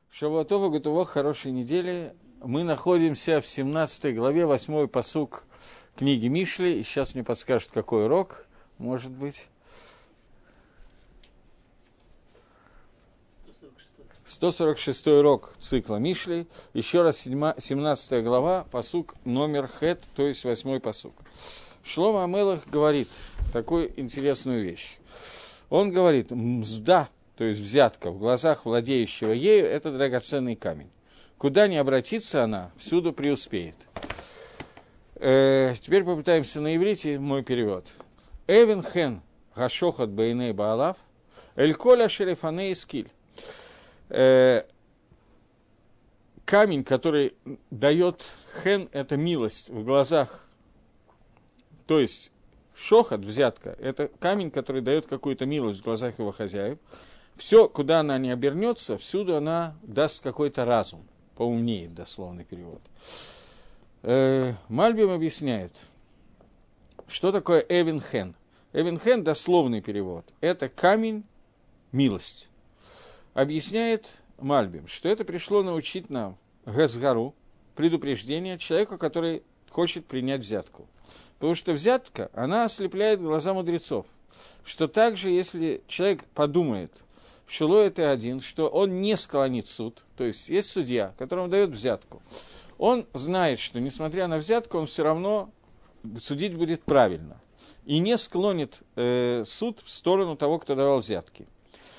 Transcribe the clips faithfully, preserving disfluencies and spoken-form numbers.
Шавуатова, Гутово, хорошей недели. Мы находимся в семнадцатой главе, восьмой пасук книги Мишли. И сейчас мне подскажут, какой урок, может быть. сто сорок шестой урок цикла Мишли. Еще раз, семнадцатая глава, пасук номер хет, то есть восьмой пасук. Шломо ха-Мелех говорит такую интересную вещь. Он говорит, мзда, то есть взятка в глазах владеющего ею, это драгоценный камень. Куда ни обратиться она, всюду преуспеет. Э, теперь попытаемся на иврите мой перевод. Эвен хен гашохат бейней баалав, эль коля шерефаней скиль. Э, камень, который дает хен, это милость в глазах, то есть шохат, взятка, это камень, который дает какую-то милость в глазах его хозяев. Все, куда она не обернется, всюду она даст какой-то разум, поумнеет, дословный перевод. Э, Мальбим объясняет, что такое эвен-хен. Эвен-хен, дословный перевод, это камень, милость. Объясняет Мальбим, что это пришло научить нам Гесгару, предупреждение человеку, который хочет принять взятку. Потому что взятка, она ослепляет глаза мудрецов. Что также, если человек подумает, что ло это один, что он не склонит суд, то есть есть судья, которому дает взятку, он знает, что, несмотря на взятку, он все равно судить будет правильно. И не склонит э, суд в сторону того, кто давал взятки.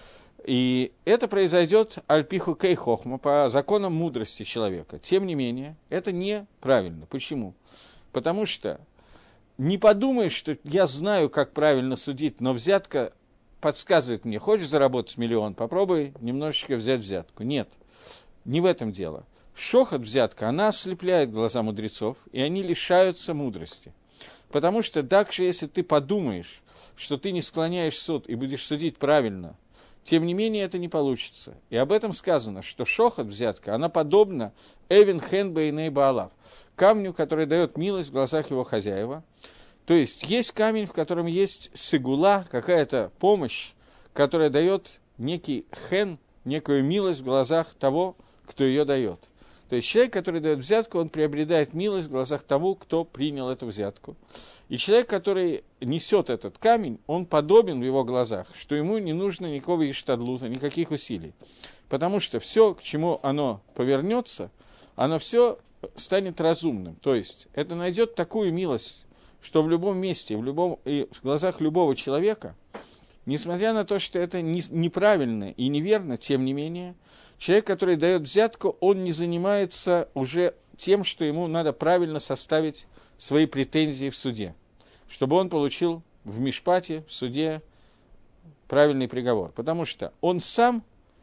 И это произойдет альпиху кей хохма, по законам мудрости человека. Тем не менее, это неправильно. Почему? Потому что не подумай, что я знаю, как правильно судить, но взятка подсказывает мне, хочешь заработать миллион, попробуй немножечко взять взятку. Нет, не в этом дело. Шохот, взятка, она ослепляет глаза мудрецов, и они лишаются мудрости. Потому что даже если ты подумаешь, что ты не склоняешь суд и будешь судить правильно, тем не менее это не получится. И об этом сказано, что шохот, взятка, она подобна эвен хен бейней баалав, камню, который дает милость в глазах его хозяева. То есть есть камень, в котором есть сигула, какая-то помощь, которая дает некий хен, некую милость в глазах того, кто ее дает. То есть человек, который дает взятку, он приобретает милость в глазах того, кто принял эту взятку. И человек, который несет этот камень, он подобен в его глазах, что ему не нужно никакого иштадлута, никаких усилий. Потому что все, к чему оно повернется, оно все станет разумным. То есть это найдет такую милость, что в любом месте, в, любом, и в глазах любого человека, несмотря на то, что это не, неправильно и неверно, тем не менее, человек, который дает взятку, он не занимается уже тем, что ему надо правильно составить свои претензии в суде, чтобы он получил в мишпате, в суде, правильный приговор. Потому что он сам,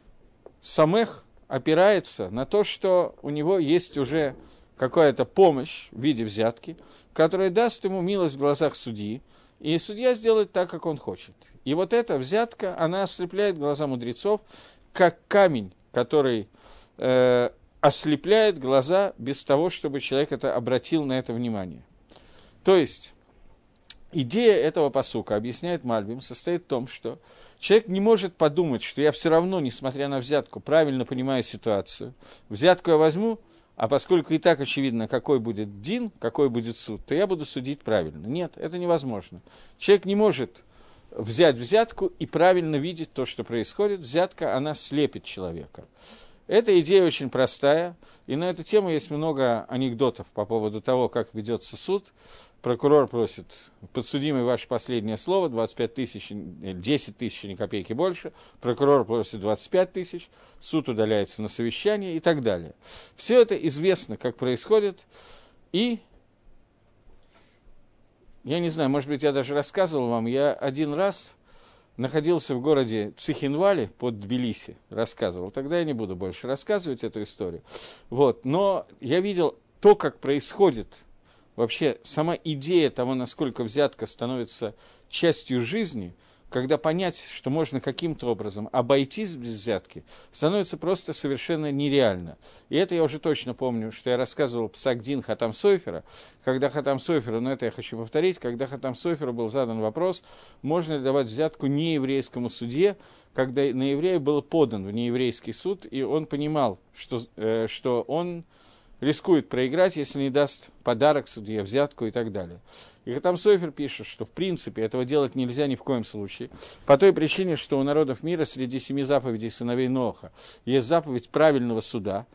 самех, опирается на то, что у него есть уже какая-то помощь в виде взятки, которая даст ему милость в глазах судьи, и судья сделает так, как он хочет. И вот эта взятка, она ослепляет глаза мудрецов, как камень, который э, ослепляет глаза без того, чтобы человек это обратил на это внимание. То есть идея этого пасука, объясняет Мальбим, состоит в том, что человек не может подумать, что я все равно, несмотря на взятку, правильно понимаю ситуацию. Взятку я возьму, а поскольку и так очевидно, какой будет дин, какой будет суд, то я буду судить правильно. Нет, это невозможно. Человек не может взять взятку и правильно видеть то, что происходит. Взятка, она слепит человека. Эта идея очень простая, и на эту тему есть много анекдотов по поводу того, как ведется суд. Прокурор просит, подсудимый, ваше последнее слово, двадцать пять тысяч, десять тысяч, ни копейки больше. Прокурор просит двадцать пять тысяч, суд удаляется на совещание и так далее. Все это известно, как происходит, и, я не знаю, может быть, я даже рассказывал вам, я один раз находился в городе Цихинвали под Тбилиси, рассказывал, тогда я не буду больше рассказывать эту историю. Вот. Но я видел то, как происходит вообще сама идея того, насколько взятка становится частью жизни, когда понять, что можно каким-то образом обойтись без взятки, становится просто совершенно нереально. И это я уже точно помню, что я рассказывал Псак-Дин Хатам Сойфера, когда Хатам Сойферу, но это я хочу повторить, когда Хатам Сойферу был задан вопрос, можно ли давать взятку нееврейскому судье, когда на еврея был подан в нееврейский суд, и он понимал, что, э, что он рискует проиграть, если не даст подарок судье, взятку и так далее. И Хатам Сойфер пишет, что в принципе этого делать нельзя ни в коем случае, по той причине, что у народов мира среди семи заповедей сыновей Ноаха есть заповедь правильного суда,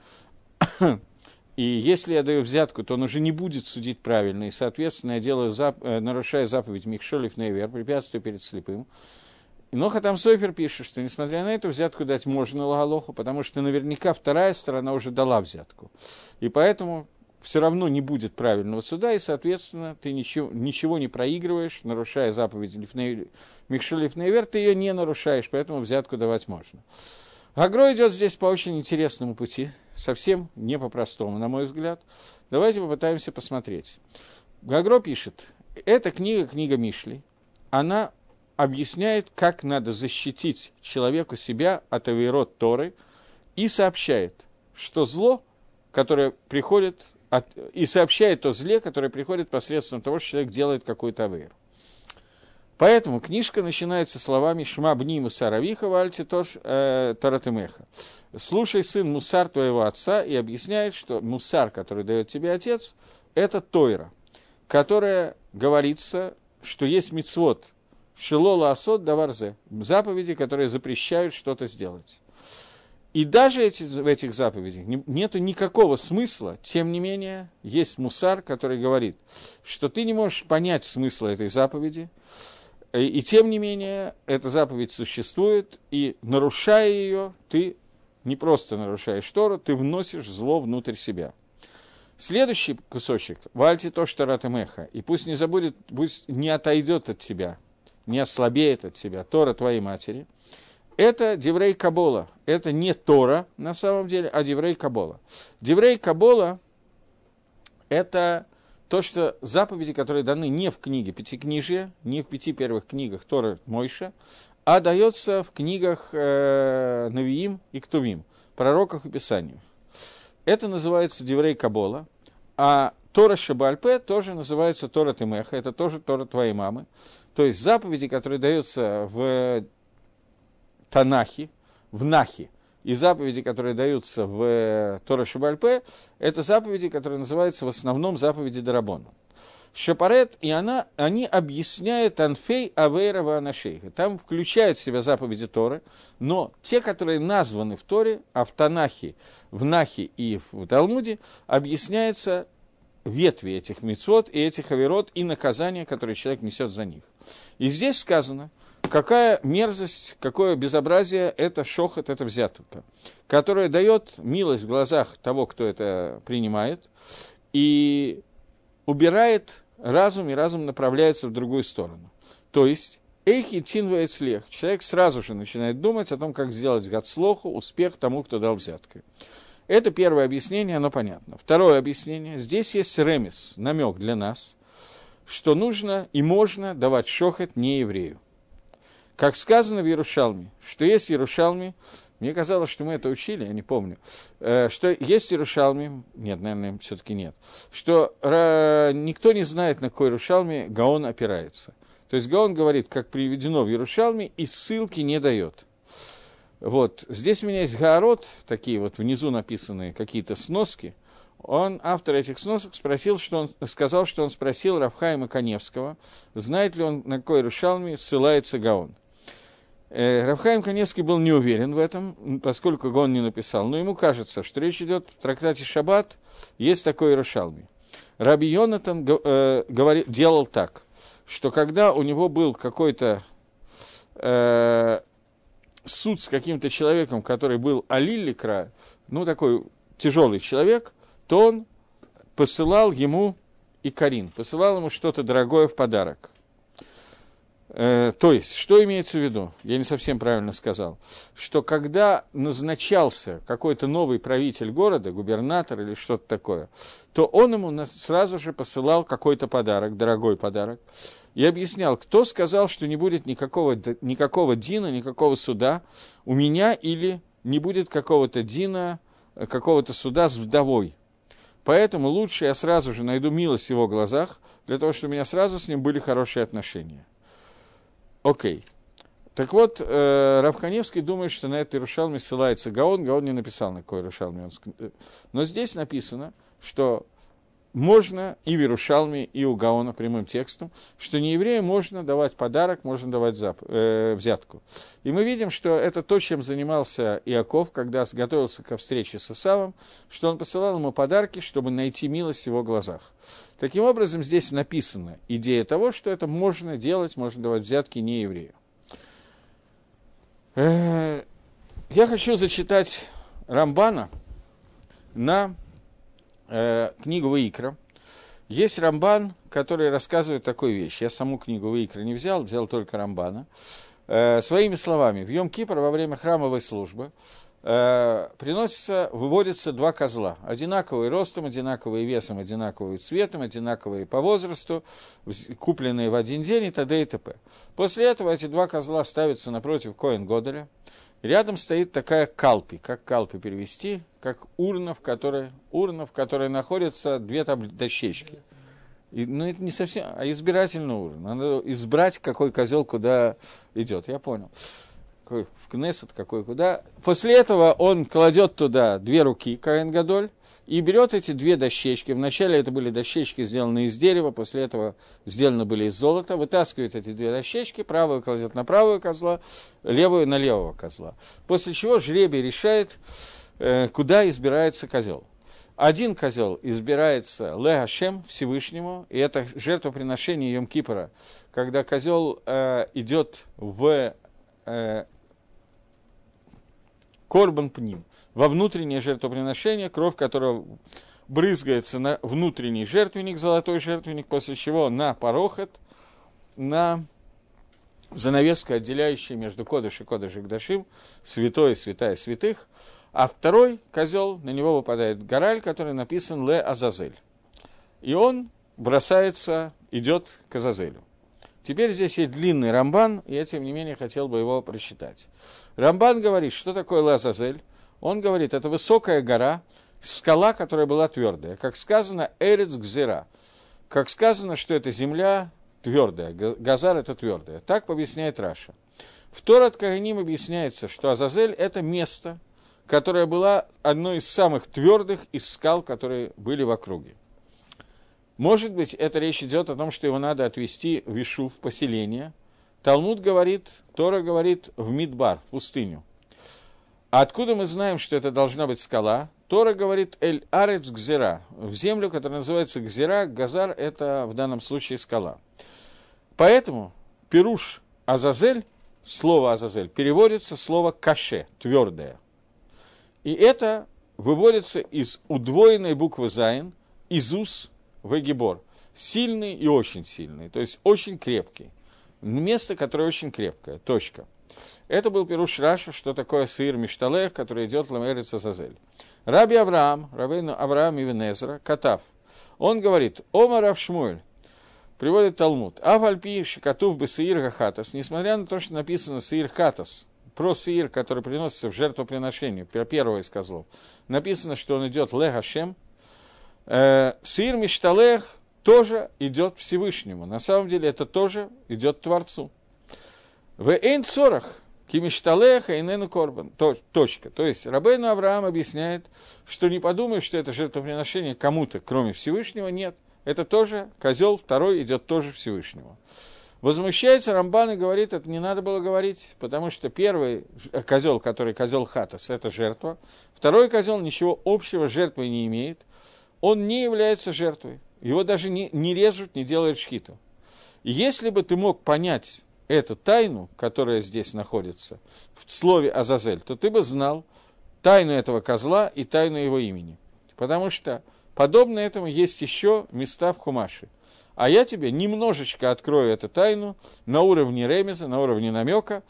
и если я даю взятку, то он уже не будет судить правильно, и, соответственно, я делаю зап... нарушаю заповедь Микшолев Нейвер, препятствие перед слепым. Но Хатам Сойфер пишет, что, несмотря на это, взятку дать можно лагалоху, потому что наверняка вторая сторона уже дала взятку. И поэтому все равно не будет правильного суда, и, соответственно, ты ничего, ничего не проигрываешь, нарушая заповедь Микшолев Нейвер, ты ее не нарушаешь, поэтому взятку давать можно. Агро идет здесь по очень интересному пути, совсем не по-простому, на мой взгляд. Давайте попытаемся посмотреть. Агро пишет, эта книга, книга Мишли, она объясняет, как надо защитить человеку себя от авейрот Торы, и сообщает, что зло, которое приходит, от, и сообщает то зле, которое приходит посредством того, что человек делает какой-то авейр. Поэтому книжка начинается словами «Шма бни мусар авиха вальти тош э, торатемеха». «Слушай, сын, мусар твоего отца», и объясняет, что мусар, который дает тебе отец, это Тойра, которая говорится, что есть мицвот, шилола асот даварзе, заповеди, которые запрещают что-то сделать. И даже эти, в этих заповедях нету никакого смысла, тем не менее, есть мусар, который говорит, что ты не можешь понять смысл этой заповеди, и, и тем не менее, эта заповедь существует, и нарушая ее, ты не просто нарушаешь Тору, ты вносишь зло внутрь себя. Следующий кусочек, вальти то, что ратамеха, и пусть не забудет, пусть не отойдет от тебя, не ослабеет от тебя Тора твоей матери, это Деврей Кабола. Это не Тора на самом деле, а Деврей Кабола. Деврей Кабола – это то, что заповеди, которые даны не в книге Пятикнижия, не в пяти первых книгах Торы Мойша, а дается в книгах э, Навиим и Ктувим, пророках и писаниях. Это называется Деврей Кабола, а Тора Шабальпе тоже называется Тора Темеха, это тоже Тора твоей мамы. То есть заповеди, которые даются в Танахе, в Нахе, и заповеди, которые даются в Тора Шабальпе, это заповеди, которые называются в основном заповеди Дарабона. Шапарет и она, они объясняют Анфей Авейра Ванашейха. Там включают в себя заповеди Торы, но те, которые названы в Торе, а в Танахе, в Нахе и в Талмуде, объясняются ветви этих мицвот и этих авейрот и наказания, которые человек несет за них. И здесь сказано, какая мерзость, какое безобразие это шохот, это взятка, которая дает милость в глазах того, кто это принимает, и убирает разум, и разум направляется в другую сторону. То есть, эйхи тинвает слех, человек сразу же начинает думать о том, как сделать гацлоху, успех тому, кто дал взятку. Это первое объяснение, оно понятно. Второе объяснение, здесь есть ремес, намек для нас, что нужно и можно давать шохот не еврею. Как сказано в Иерушалме, что есть в Иерушалме, мне казалось, что мы это учили, я не помню, э, что есть в Иерушалме, нет, наверное, все-таки нет, что э, никто не знает, на какой Иерушалме Гаон опирается. То есть Гаон говорит, как приведено в Иерушалме, и ссылки не дает. Вот, здесь у меня есть Гаарот, такие вот внизу написанные какие-то сноски. Он, автор этих сносок, спросил, что он, сказал, что он спросил Рав Хаима Каневского, знает ли он, на какой Иерушалме ссылается Гаон. Рав Хаим Каневский был не уверен в этом, поскольку Гаон не написал, но ему кажется, что речь идет в трактате Шаббат, есть такой Иерушалме. Раби Йонатан э, говори, делал так, что когда у него был какой-то э, суд с каким-то человеком, который был алиликра, ну такой тяжелый человек, то он посылал ему икарин, посылал ему что-то дорогое в подарок. Э, то есть, что имеется в виду? Я не совсем правильно сказал. Что когда назначался какой-то новый правитель города, губернатор или что-то такое, то он ему сразу же посылал какой-то подарок, дорогой подарок. и объяснял, кто сказал, что не будет никакого, никакого дина, никакого суда у меня, или не будет какого-то дина, какого-то суда с вдовой. Поэтому лучше я сразу же найду милость в его глазах, для того, чтобы у меня сразу с ним были хорошие отношения. Окей. Так вот, э, Рав Каневский думает, что на это Иерушалме ссылается Гаон. Гаон не написал, на какой Иерушалме он... Но здесь написано, что можно и в Иерушалме, и у Гаона прямым текстом, что нееврею можно давать подарок, можно давать зап... э, взятку. И мы видим, что это то, чем занимался Иаков, когда готовился ко встрече с Исавом, что он посылал ему подарки, чтобы найти милость в его глазах. Таким образом, здесь написана идея того, что это можно делать, можно давать взятки нееврею. Э, я хочу зачитать Рамбана на э, книгу Ваикра. Есть Рамбан, который рассказывает такую вещь. Я саму книгу Ваикра не взял, взял только Рамбана. Э, своими словами, в Йом-Кипр во время храмовой службы э, приносится, выводятся два козла. Одинаковые ростом, одинаковые весом, одинаковые цветом, одинаковые по возрасту, купленные в один день и т.д. и т.п. После этого эти два козла ставятся напротив Коэн Годеля. Рядом стоит такая калпи. Как калпи перевести? Как урна, в которой, урна, в которой находятся две таб- дощечки. И, ну, это не совсем, а избирательный урна. Надо избрать, какой козел куда идет. Я понял. Какой в Кнессет, какой куда. После этого он кладет туда две руки, Коэн Гадоль, и берет эти две дощечки. Вначале это были дощечки, сделанные из дерева, после этого сделаны были из золота. Вытаскивает эти две дощечки, правую кладет на правую козла, левую на левого козла. После чего жребий решает, э, куда избирается козел. Один козел избирается Ле Ашем, Всевышнему, и это жертвоприношение Йом-Кипра, когда козел э, идет в э, Корбан Пним, во внутреннее жертвоприношение, кровь которого брызгается на внутренний жертвенник, золотой жертвенник, после чего на парохет, на занавеску, отделяющую между Кодыш и Кодыш и Кдашим, святой и святая святых, а второй козел, на него выпадает гораль, который написан Ле Азазель. И он бросается, идет к Азазелю. Теперь здесь есть длинный Рамбан, и я, тем не менее, хотел бы его прочитать. Рамбан говорит, что такое Ле Азазель. Он говорит, это высокая гора, скала, которая была твердая. Как сказано, Эрец Гзира. Как сказано, что это земля твердая, Газар это твердая. Так объясняет Раша. В Торат Каганим объясняется, что Азазель это место, которое было одной из самых твердых из скал, которые были в округе. Может быть, это речь идет о том, что его надо отвезти в Ишу, в поселение. Талмуд говорит, Тора говорит в Мидбар, в пустыню. А откуда мы знаем, что это должна быть скала? Тора говорит Эль Арец Гзира, в землю, которая называется Гзира, Газар – это в данном случае скала. Поэтому пируш Азазель, слово Азазель, переводится слово каше, твердое. И это выводится из удвоенной буквы Зайн, Изус, Вегибор, сильный и очень сильный, то есть очень крепкий. Место, которое очень крепкое, точка. Это был пируш Раша, что такое сыр Мишталех, который идет Ламерец Азазель. Раби Авраам, Равейну Авраам Ибн Эзра, Катав, он говорит, Ома Рав Шмуэль, приводит Талмуд, Авальпи Шикатув бы Сеир Гахатас, несмотря на то, что написано Сеир Хатас, про сеир, который приносится в жертвоприношение, первого из козлов, написано, что он идет Ле Гашем, э, сеир Мишталех тоже идет Всевышнему. На самом деле это тоже идет Творцу. В Эйн Цорах, Кимишталех, Эйнену Корбан. Точка. То есть Рабейну Авраам объясняет, что не подумай, что это жертвоприношение кому-то, кроме Всевышнего, нет. Это тоже козел, второй идет тоже Всевышнему. Возмущается Рамбан и говорит, это не надо было говорить, потому что первый козел, который козел Хатас, это жертва. Второй козел ничего общего с жертвой не имеет. Он не является жертвой. Его даже не, не режут, не делают шхиту. И если бы ты мог понять эту тайну, которая здесь находится, в слове Азазель, то ты бы знал тайну этого козла и тайну его имени. Потому что подобно этому есть еще места в Хумаше. А я тебе немножечко открою эту тайну на уровне ремеза, на уровне намека.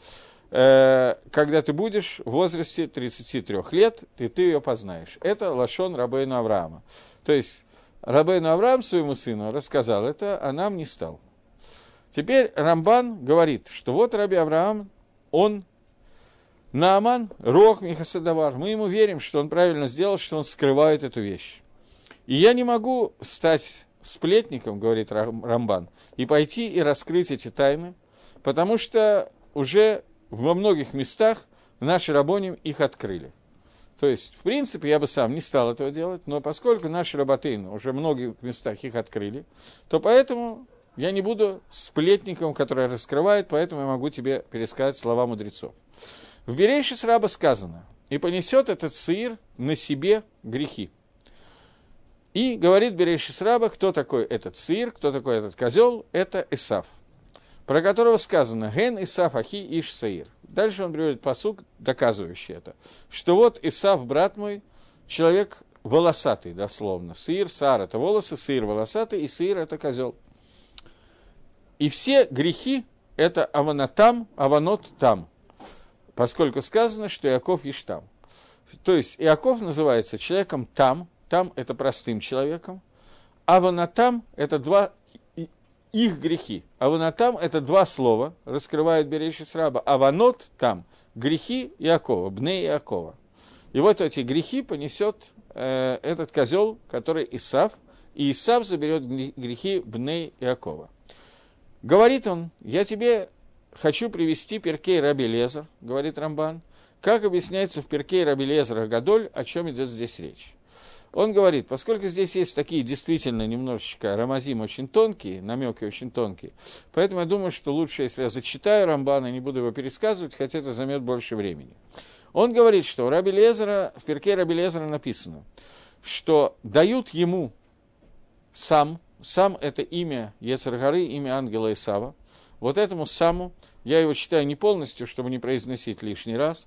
Э, когда ты будешь в возрасте тридцати трёх лет, и ты ее познаешь. Это лашон Рабейну Авраама. То есть Рабейну Авраам своему сыну рассказал это, а нам не стал. Теперь Рамбан говорит, что вот Раби Авраам, он Нааман, Рох Михасадавар, мы ему верим, что он правильно сделал, что он скрывает эту вещь. И я не могу стать сплетником, говорит Рамбан, и пойти и раскрыть эти тайны, потому что уже во многих местах наши рабоним их открыли. То есть, в принципе, я бы сам не стал этого делать, но поскольку наши рабатейны уже в многих местах их открыли, то поэтому я не буду сплетником, который раскрывает, поэтому я могу тебе пересказать слова мудрецов. В Берейшис Раба сказано, и понесет этот сеир на себе грехи. И говорит Берейшис Раба, кто такой этот сеир, кто такой этот козел, это Исав, про которого сказано «Ген Исав ахи иш сеир». Дальше он приводит пасук, доказывающий это, что вот Исав, брат мой, человек волосатый, дословно. Сеир, саар – это волосы, сеир – волосатый, и сеир – это козел. И все грехи – это аванатам, аванот там, поскольку сказано, что Иаков Иштам. То есть Иаков называется человеком там, там – это простым человеком, аванатам – это два их грехи. Аванатам – это два слова, раскрывают Берейшис Раба. Аванот там – грехи Иакова, бней Иакова. И вот эти грехи понесет э, этот козел, который Исав, и Исав заберет грехи бней Иакова. Говорит он, я тебе хочу привести Перкей Раби Лезер, говорит Рамбан, как объясняется в Перкей Раби Лезер Гадоль, о чем идет здесь речь. Он говорит, поскольку здесь есть такие действительно немножечко рамазим очень тонкие, намеки очень тонкие, поэтому я думаю, что лучше, если я зачитаю Рамбана, не буду его пересказывать, хотя это займет больше времени. Он говорит, что у Раби Лезера, в Перкей Раби Лезера написано, что дают ему сам, сам это имя Ецер-Гары, имя ангела Исава, вот этому саму, я его читаю не полностью, чтобы не произносить лишний раз,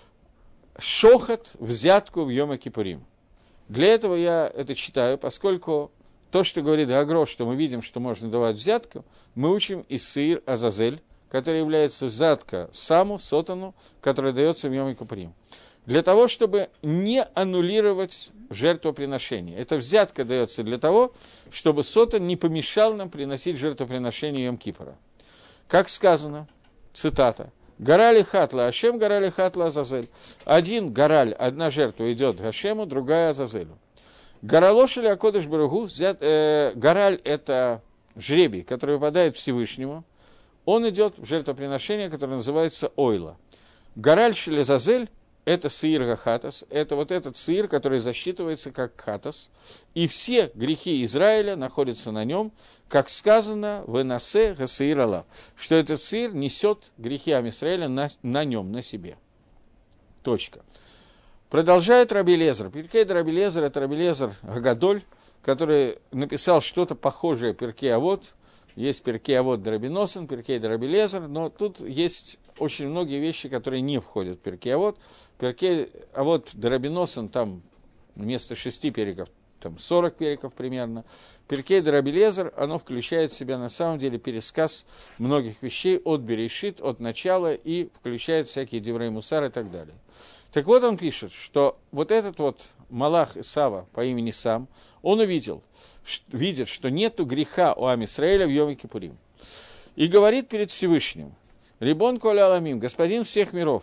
шохат, взятку в Йом-Кипурим. Для этого я это читаю, поскольку то, что говорит Гагро, что мы видим, что можно давать взятку, мы учим из Сеир Азазель, который является взятка саму, сотану, которая дается в Йом-Кипурим. Для того, чтобы не аннулировать жертвоприношение. Эта взятка дается для того, чтобы сотан не помешал нам приносить жертвоприношение Йом-Кипура. Как сказано, цитата, «Горали хатла Ашем, горали хатла Азазель». Один гораль, одна жертва идет Гашему, другая Азазелю. Горалош или Акодыш Баругу, э, гораль – это жребий, который выпадает Всевышнему. Он идет в жертвоприношение, которое называется ойла. Гораль или Азазель – это сеир гахатас, это вот этот сеир, который засчитывается как хатас. И все грехи Израиля находятся на нем, как сказано в Энасе Гасеир Аллах, что этот сеир несет грехи Ам-Исраэля на, на нем, на себе. Точка. Продолжает Раби Лезер. Перкей Раби Лезер – это Раби Лезер Гагадоль, который написал что-то похожее Перкей Авот. Есть Перкей Авот Раби Носон, Перкей Раби Лезер, но тут есть очень многие вещи, которые не входят в Перкей Авот. Перкей Авот Раби Носон, там вместо шести периков, там сорок периков примерно. Перкей Раби Лезер, оно включает в себя на самом деле пересказ многих вещей от Берешит, от начала, и включает всякие Деврей Мусар и так далее. Так вот он пишет, что вот этот вот Малах Исава по имени Сам, он увидел, видит, что нету греха у Ам-Исраэля в Йом-Кипурим. И говорит перед Всевышним, «Рибон коль аламим, господин всех миров,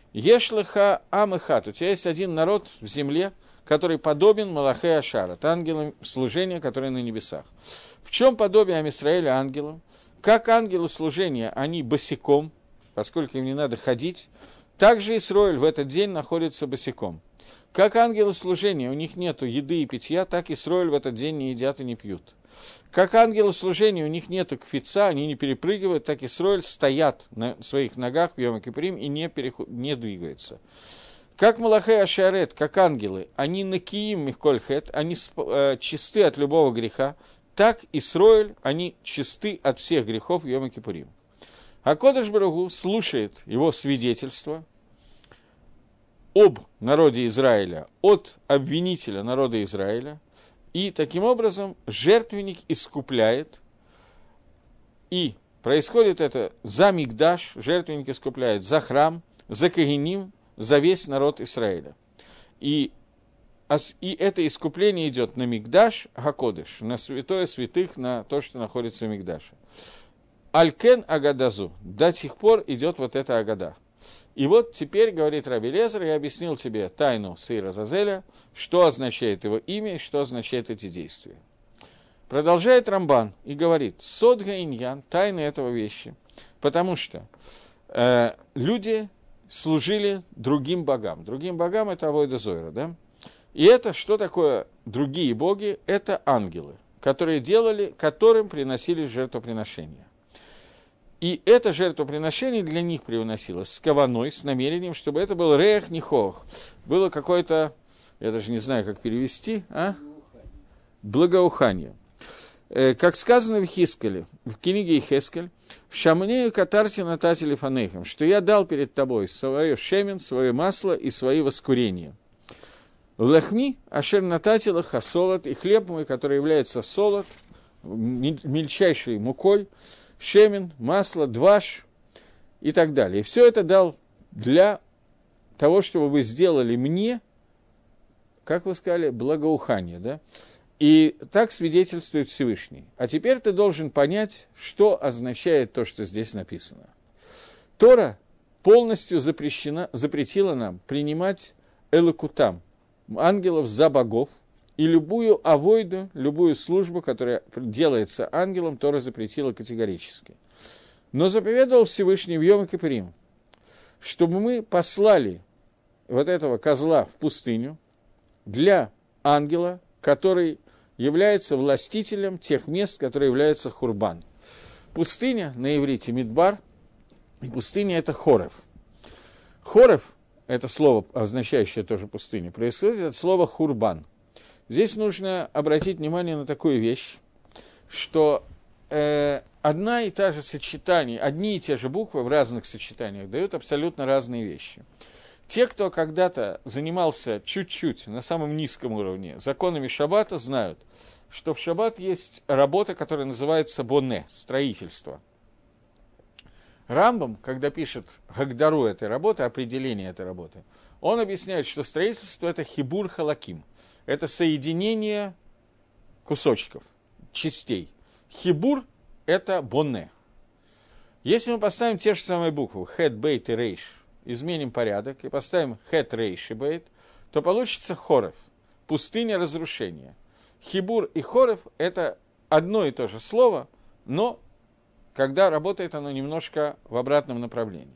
ешлеха ам-эхат, у тебя есть один народ в земле, который подобен Малахе Ашар, это ангелам служения, которые на небесах. В чем подобие Ам-Исраэля ангелам? Как ангелы служения, они босиком, поскольку им не надо ходить, так же Исроэль в этот день находится босиком. Как ангелы служения, у них нет еды и питья, так Исроэль в этот день не едят и не пьют. Как ангелы служения, у них нет кфица, они не перепрыгивают, так Исроэль стоят на своих ногах в Йом-Кипурим и не, переход... не двигаются. Как Малахе Ашарет, как ангелы, они накиим михкольхет, они э, чисты от любого греха, так Исроэль, они чисты от всех грехов в Йом-Кипурим. А Кодеш Баругу слушает его свидетельство об народе Израиля, от обвинителя народа Израиля, и таким образом жертвенник искупляет, и происходит это за Микдаш, жертвенник искупляет за храм, за Кагиним, за весь народ Израиля. И, и это искупление идет на Микдаш Гакодеш, на святое святых, на то, что находится в Микдаше. Алькен агадазу. До сих пор идет вот эта агада. И вот теперь, говорит Раби Элиэзер, я объяснил тебе тайну Сеир Азазеля, что означает его имя и что означает эти действия. Продолжает Рамбан и говорит, сод га-иньян, тайна этого вещи, потому что э, люди служили другим богам. Другим богам это авойда зойра, да? И это, что такое другие боги? Это ангелы, которые делали, которым приносили жертвоприношения. И это жертвоприношение для них приносилось с каваной, с намерением, чтобы это был рех нихох. Было какое-то, я даже не знаю, как перевести, а? Благоухание. Э, как сказано в Хискеле, в книге Ихескель, «Шамнею катарти нататили фанейхам», что я дал перед тобой свое шемен, свое масло и свои воскурения. «Лахми ашер нататила хасолот», и хлеб мой, который является солод, мельчайшей мукой, шемен, масло, дваш и так далее. И все это дал для того, чтобы вы сделали мне, как вы сказали, благоухание, да? И так свидетельствует Всевышний. А теперь ты должен понять, что означает то, что здесь написано. Тора полностью запрещена, запретила нам принимать элокутам, ангелов за богов, и любую авойду, любую службу, которая делается ангелом, Тора запретила категорически. Но заповедовал Всевышний в Йом Кипурим, чтобы мы послали вот этого козла в пустыню для ангела, который является властителем тех мест, которые являются хурбан. Пустыня на иврите мидбар, и пустыня это хорев. Хорев, это слово, означающее тоже пустыню, происходит от слова хурбан. Здесь нужно обратить внимание на такую вещь, что э, одна и та же сочетание, одни и те же буквы в разных сочетаниях дают абсолютно разные вещи. Те, кто когда-то занимался чуть-чуть на самом низком уровне законами шаббата, знают, что в шаббат есть работа, которая называется боне, строительство. Рамбам, когда пишет гагдару этой работы, определение этой работы, он объясняет, что строительство – это хибур халаким. Это соединение кусочков, частей. Хибур – это бонне. Если мы поставим те же самые буквы, хет, бейт и рейш, изменим порядок и поставим хет, рейш и бейт, то получится хорев, пустыня разрушения. Хибур и хорев – это одно и то же слово, но когда работает оно немножко в обратном направлении.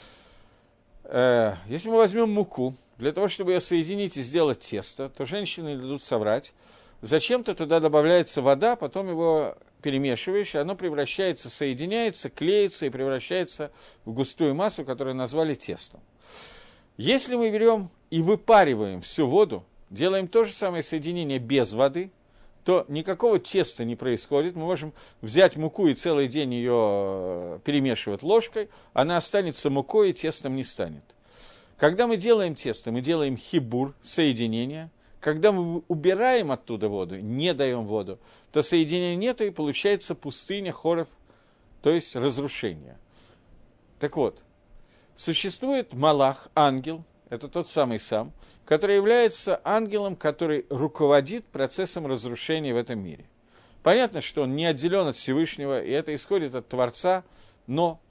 Если мы возьмем муку, для того, чтобы ее соединить и сделать тесто, то женщины дадут соврать. Зачем-то туда добавляется вода, потом его перемешиваешь, и оно превращается, соединяется, клеится и превращается в густую массу, которую назвали тестом. Если мы берем и выпариваем всю воду, делаем то же самое соединение без воды, то никакого теста не происходит. Мы можем взять муку и целый день ее перемешивать ложкой, она останется мукой и тестом не станет. Когда мы делаем тесто, мы делаем хибур, соединение. Когда мы убираем оттуда воду, не даем воду, то соединения нету, и получается пустыня, хорев, то есть разрушение. Так вот, существует малах, ангел, это тот самый сам, который является ангелом, который руководит процессом разрушения в этом мире. Понятно, что он не отделен от Всевышнего, и это исходит от Творца, но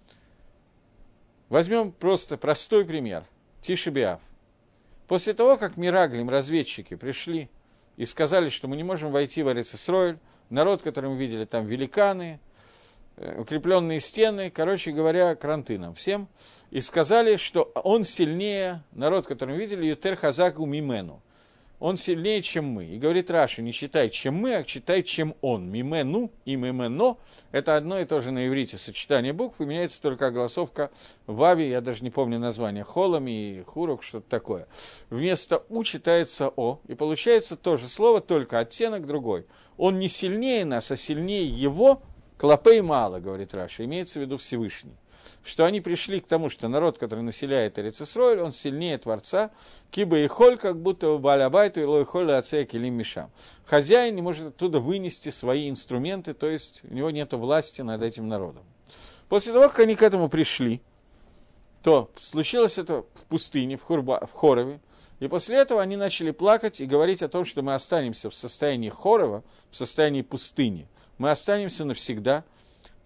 возьмем просто простой пример. Тише б'ав. После того, как Мираглим, разведчики, пришли и сказали, что мы не можем войти в Эрец-Исроэль, народ, который мы видели, там великаны, укрепленные стены, короче говоря, кранты нам всем, и сказали, что он сильнее, народ, который мы видели, Ютер Хазаку Мимену. Он сильнее, чем мы. И говорит Раши, не считай, чем мы, а считай, чем он. Мимену и мимено – это одно и то же на иврите сочетание букв, и меняется только огласовка в Ави, я даже не помню название, Холами и Хурук, что-то такое. Вместо У читается О, и получается то же слово, только оттенок другой. Он не сильнее нас, а сильнее его, клопей мало, говорит Раши, имеется в виду Всевышний. Что они пришли к тому, что народ, который населяет Эрец-Исроэль, он сильнее Творца, киба и холь, как будто балябайту и лой холь ацея килим мишам. Хозяин не может оттуда вынести свои инструменты, то есть у него нет власти над этим народом. После того, как они к этому пришли, то случилось это в пустыне, в, Хурба, в Хорове, и после этого они начали плакать и говорить о том, что мы останемся в состоянии Хорова, в состоянии пустыни, мы останемся навсегда.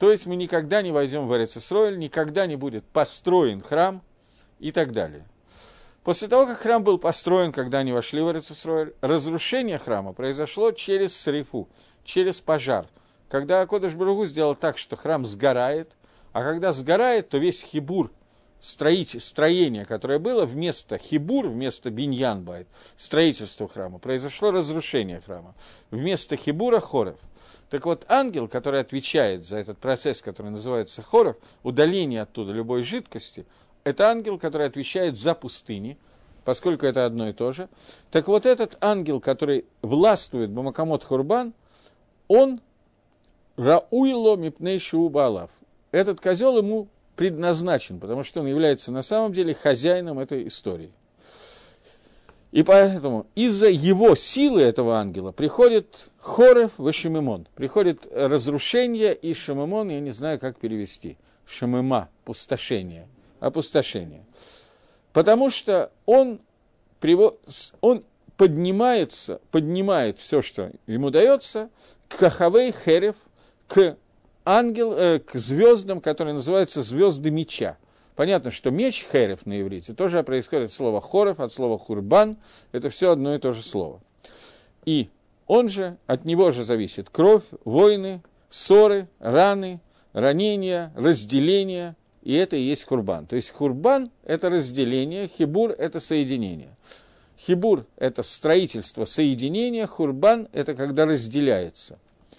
То есть мы никогда не войдем в Эрец-Исроэль, никогда не будет построен храм и так далее. После того, как храм был построен, когда они вошли в Эрец-Исроэль, разрушение храма произошло через срифу, через пожар. Когда Акодыш Барух Ху сделал так, что храм сгорает, а когда сгорает, то весь хибур, строитель, строение, которое было, вместо хибур, вместо биньян байт, строительства храма, произошло разрушение храма. Вместо хибура хорев. Так вот, ангел, который отвечает за этот процесс, который называется хорев, удаление оттуда любой жидкости, это ангел, который отвечает за пустыни, поскольку это одно и то же. Так вот, этот ангел, который властвует Бамакамот Хурбан, он рауило мипней шуубалав. Этот козел ему предназначен, потому что он является на самом деле хозяином этой истории. И поэтому из-за его силы этого ангела приходит хорев и шемемон. Приходит разрушение и шемемон, я не знаю, как перевести. Шемема, пустошение. Опустошение. Потому что он, он поднимается, поднимает все, что ему дается, к Хавей Херев, к, ангел, э, к звездам, которые называются звезды меча. Понятно, что меч Херев на иврите тоже происходит от слова хорев, от слова хурбан, это все одно и то же слово. И он же, от него же зависит кровь, войны, ссоры, раны, ранения, разделения. И это и есть хурбан. То есть хурбан – это разделение, хибур – это соединение. Хибур – это строительство соединения, хурбан – это когда разделяется.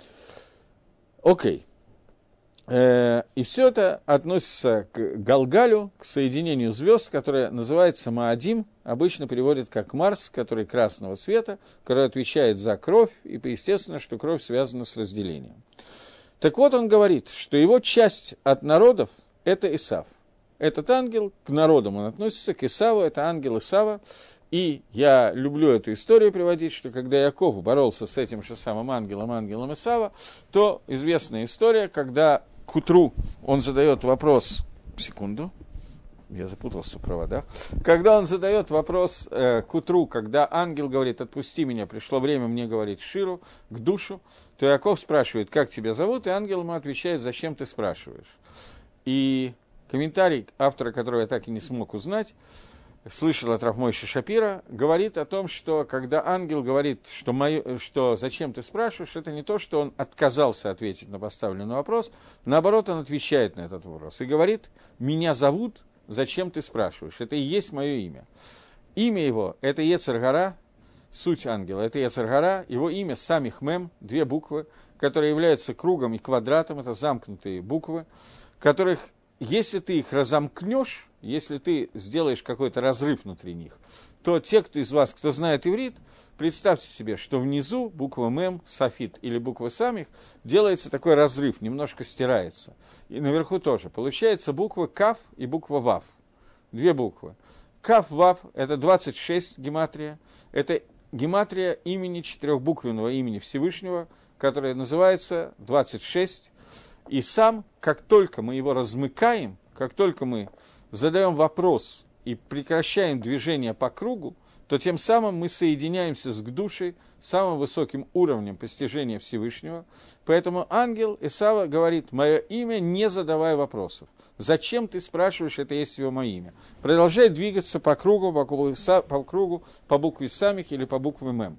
Окей. Э, и все это относится к Галгалю, к соединению звезд, которое называется Маадим, обычно переводят как Марс, который красного цвета, который отвечает за кровь, и естественно, что кровь связана с разделением. Так вот он говорит, что его часть от народов – это Исав. Этот ангел к народам он относится, к Исаву, это ангел Исава. И я люблю эту историю приводить, что когда Яков боролся с этим же самым ангелом, ангелом Исава, то известная история, когда к утру он задает вопрос, секунду, я запутался в проводах, когда он задает вопрос э, к утру, когда ангел говорит, отпусти меня, пришло время мне говорить Ширу, к душу, то Яков спрашивает, как тебя зовут, и ангел ему отвечает, зачем ты спрашиваешь. И комментарий автора, которого я так и не смог узнать, слышал от Рав Мойши Шапира, говорит о том, что когда ангел говорит, что, мое, что зачем ты спрашиваешь, это не то, что он отказался ответить на поставленный вопрос, наоборот, он отвечает на этот вопрос и говорит, меня зовут, зачем ты спрашиваешь, это и есть мое имя. Имя его – это Йецер Гара, суть ангела – это Йецер Гара, его имя Самих Мем, две буквы, которые являются кругом и квадратом, это замкнутые буквы, которых, если ты их разомкнешь, если ты сделаешь какой-то разрыв внутри них, то те, кто из вас, кто знает иврит, представьте себе, что внизу буква Мем, Сафит или буква Самих, делается такой разрыв, немножко стирается. И наверху тоже. Получается буква Кав и буква Вав. Две буквы. Кав, Вав – это двадцать шесть гематрия. Это гематрия имени, четырехбуквенного имени Всевышнего, которое называется двадцать шесть. И сам, как только мы его размыкаем, как только мы задаем вопрос и прекращаем движение по кругу, то тем самым мы соединяемся с Гдушей, самым высоким уровнем постижения Всевышнего. Поэтому ангел Исава говорит, мое имя, не задавая вопросов. Зачем ты спрашиваешь, это есть его мое имя? Продолжай двигаться по кругу, по, по кругу, по букве Самих или по букве Мем.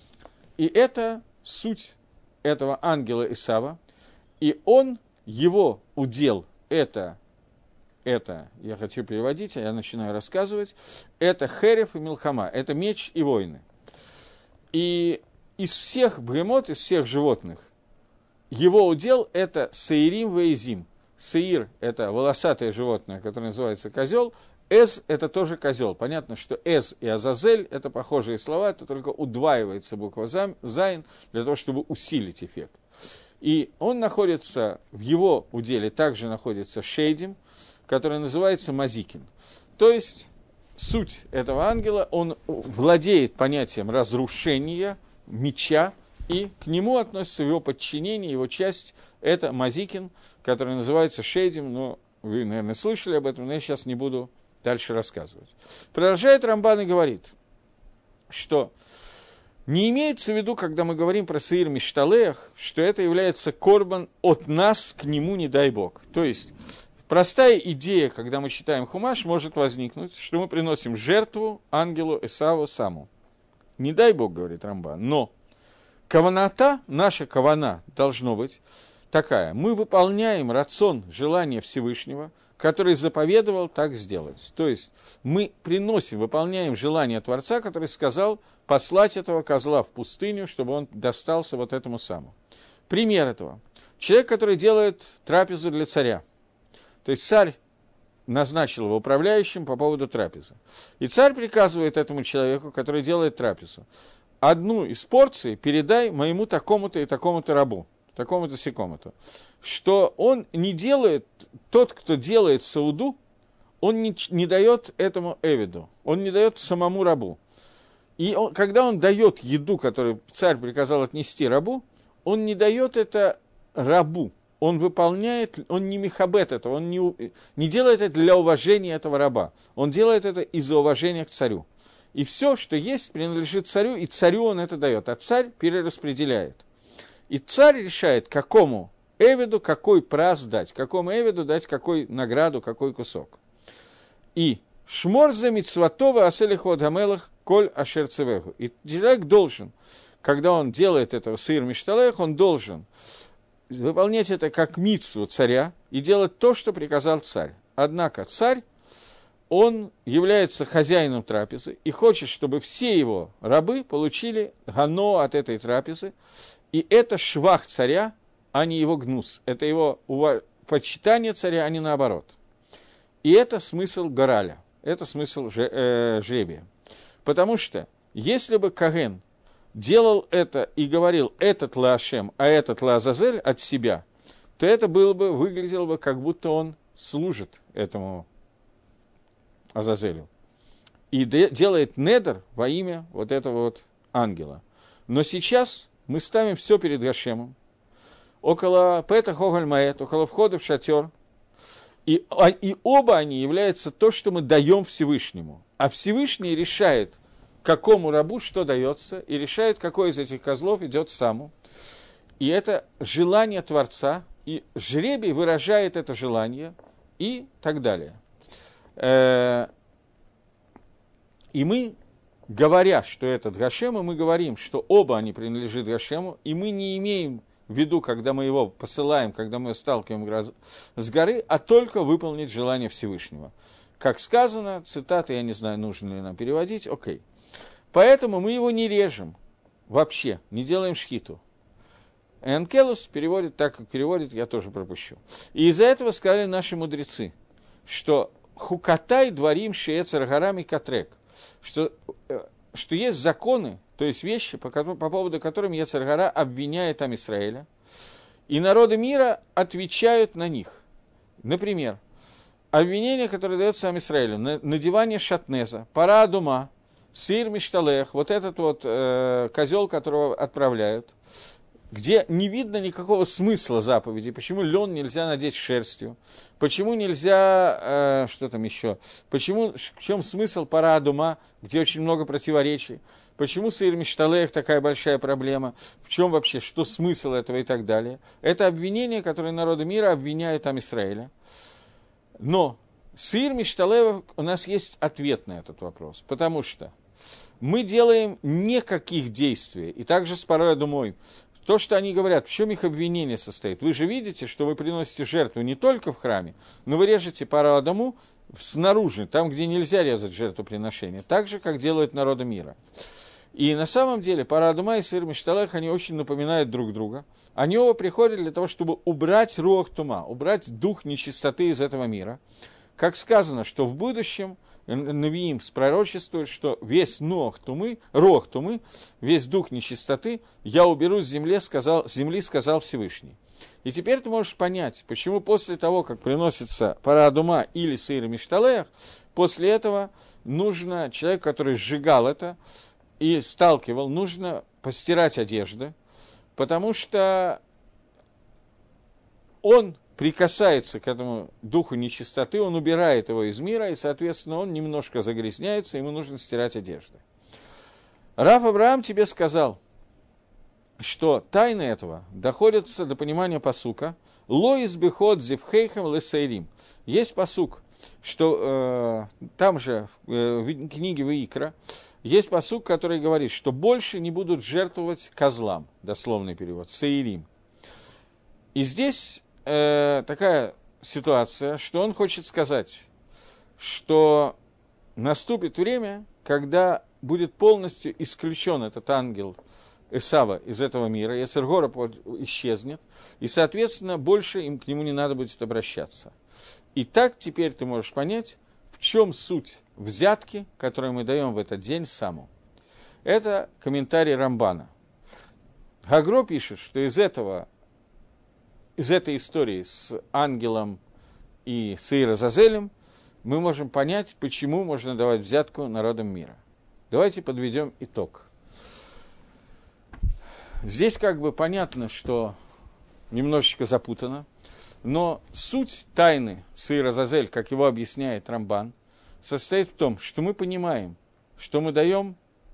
И это суть этого ангела Исава. И он, его удел, это, это, я хочу переводить, а я начинаю рассказывать, это херев и милхама, это меч и войны. И из всех бремот, из всех животных, его удел это сеирим веизим. Сеир – это волосатое животное, которое называется козел, эз – это тоже козел. Понятно, что эз и азазель – это похожие слова, это только удваивается буква зайн для того, чтобы усилить эффект. И он находится, в его уделе также находится шейдим, который называется мазикин. То есть суть этого ангела, он владеет понятием разрушения, меча, и к нему относится его подчинение, его часть, это мазикин, который называется шейдим, но вы, наверное, слышали об этом, но я сейчас не буду дальше рассказывать. Продолжает Рамбан и говорит, что Не имеется в виду, когда мы говорим про сеир мишталех, что это является корбан от нас к нему, не дай Бог. То есть, простая идея, когда мы читаем Хумаш, может возникнуть, что мы приносим жертву ангелу Эсаву саму. Не дай Бог, говорит Рамбан, но каваната, наша кавана должно быть такая. Мы выполняем рацион, желание Всевышнего, который заповедовал так сделать. То есть мы приносим, выполняем желание Творца, который сказал послать этого козла в пустыню, чтобы он достался вот этому самому. Пример этого. Человек, который делает трапезу для царя. То есть царь назначил его управляющим по поводу трапезы. И царь приказывает этому человеку, который делает трапезу, одну из порций передай моему такому-то и такому-то рабу, такому-то сякому-то. Что он не делает, тот, кто делает сауду, он не, не дает этому эвиду, он не дает самому рабу. И он, когда он дает еду, которую царь приказал отнести рабу, он не дает это рабу. Он выполняет, он не михабет этого, он не, не делает это для уважения этого раба. Он делает это из-за уважения к царю. И все, что есть, принадлежит царю, и царю он это дает, а царь перераспределяет. И царь решает, какому эвиду какой праз дать, какому эвиду дать какой награду, какой кусок. И шмор за митцватова аселихот гамелах коль ашерцевеху. И человек должен, когда он делает этого сеир мишталех, он должен выполнять это как мицву царя и делать то, что приказал царь. Однако царь, он является хозяином трапезы и хочет, чтобы все его рабы получили гано от этой трапезы. И это швах царя, а не его гнус. Это его ув... почитание царя, а не наоборот. И это смысл гораля, это смысл ж... э, жребия. Потому что если бы Коген делал это и говорил этот ла Ашем, а этот ла Азазель от себя, то это было бы, выглядело бы, как будто он служит этому Азазелю. И де- делает недер во имя вот этого вот ангела. Но сейчас мы ставим все перед Гашемом, около Петах Огаль Маэт, около входа в шатер, и, а, и оба они являются то, что мы даем Всевышнему. А Всевышний решает, какому рабу что дается, и решает, какой из этих козлов идет саму. И это желание Творца, и жребий выражает это желание, и так далее. И мы, говоря, что это Гашему, мы говорим, что оба они принадлежат Гашему, и мы не имеем в виду, когда мы его посылаем, когда мы сталкиваем с горы, а только выполнить желание Всевышнего. Как сказано, цитаты, я не знаю, нужно ли нам переводить, окей. Поэтому мы его не режем вообще, не делаем шхиту. Энкелус переводит так, как переводит, я тоже пропущу. И из-за этого сказали наши мудрецы, что хукатай дворим шеецер гарам и катрек, что, что есть законы, то есть вещи, по, по поводу которым Йецер гара обвиняет Ам Исраэля, и народы мира отвечают на них. Например, обвинение, которое дается Ам Исраэлю, надевание шатнеза, пара адума, сир мишталех, вот этот вот э, козел, которого отправляют, где не видно никакого смысла заповеди, почему лен нельзя надеть шерстью, почему нельзя, э, что там еще, почему, в чем смысл пара адума, где очень много противоречий, почему сир мишталех такая большая проблема, в чем вообще, что смысл этого и так далее. Это обвинение, которое народы мира обвиняют Ам Исраэля. Но сир мишталех, у нас есть ответ на этот вопрос, потому что мы делаем никаких действий, и также с парой адумой. То, что они говорят, в чем их обвинение состоит? Вы же видите, что вы приносите жертву не только в храме, но вы режете пару адаму снаружи, там, где нельзя резать жертвоприношение, так же, как делают народы мира. И на самом деле пара адума и сир мишталех, они очень напоминают друг друга. Они оба приходят для того, чтобы убрать руах тума, убрать дух нечистоты из этого мира. Как сказано, что в будущем Навиим пророчествует, что весь нуах тумы, рох тумы, весь дух нечистоты я уберу с земли, сказал, с земли, сказал Всевышний. И теперь ты можешь понять, почему после того, как приносится пара адума или сир мишталех, после этого нужно, человек, который сжигал это и сталкивал, нужно постирать одежды, потому что он прикасается к этому духу нечистоты, он убирает его из мира, и, соответственно, он немножко загрязняется, ему нужно стирать одежды. Рав Авраам тебе сказал, что тайны этого доходятся до понимания пасука. Лоис бихот зевхейхам лесейрим. Есть пасук, что э, там же э, в книге Ваикра есть пасук, который говорит, что больше не будут жертвовать козлам, дословный перевод, сейрим. И здесь э, такая ситуация, что он хочет сказать, что наступит время, когда будет полностью исключен этот ангел Эсава из этого мира, Йецер гара исчезнет, и, соответственно, больше им к нему не надо будет обращаться. И так теперь ты можешь понять, в чем суть взятки, которую мы даем в этот день саму. Это комментарий Рамбана. Гагро пишет, что из этого, из этой истории с ангелом и Сеир Азазелем мы можем понять, почему можно давать взятку народам мира. Давайте подведем итог. Здесь как бы понятно, что немножечко запутано, но суть тайны Сеир Азазель, как его объясняет Рамбан, состоит в том, что мы понимаем, что мы даем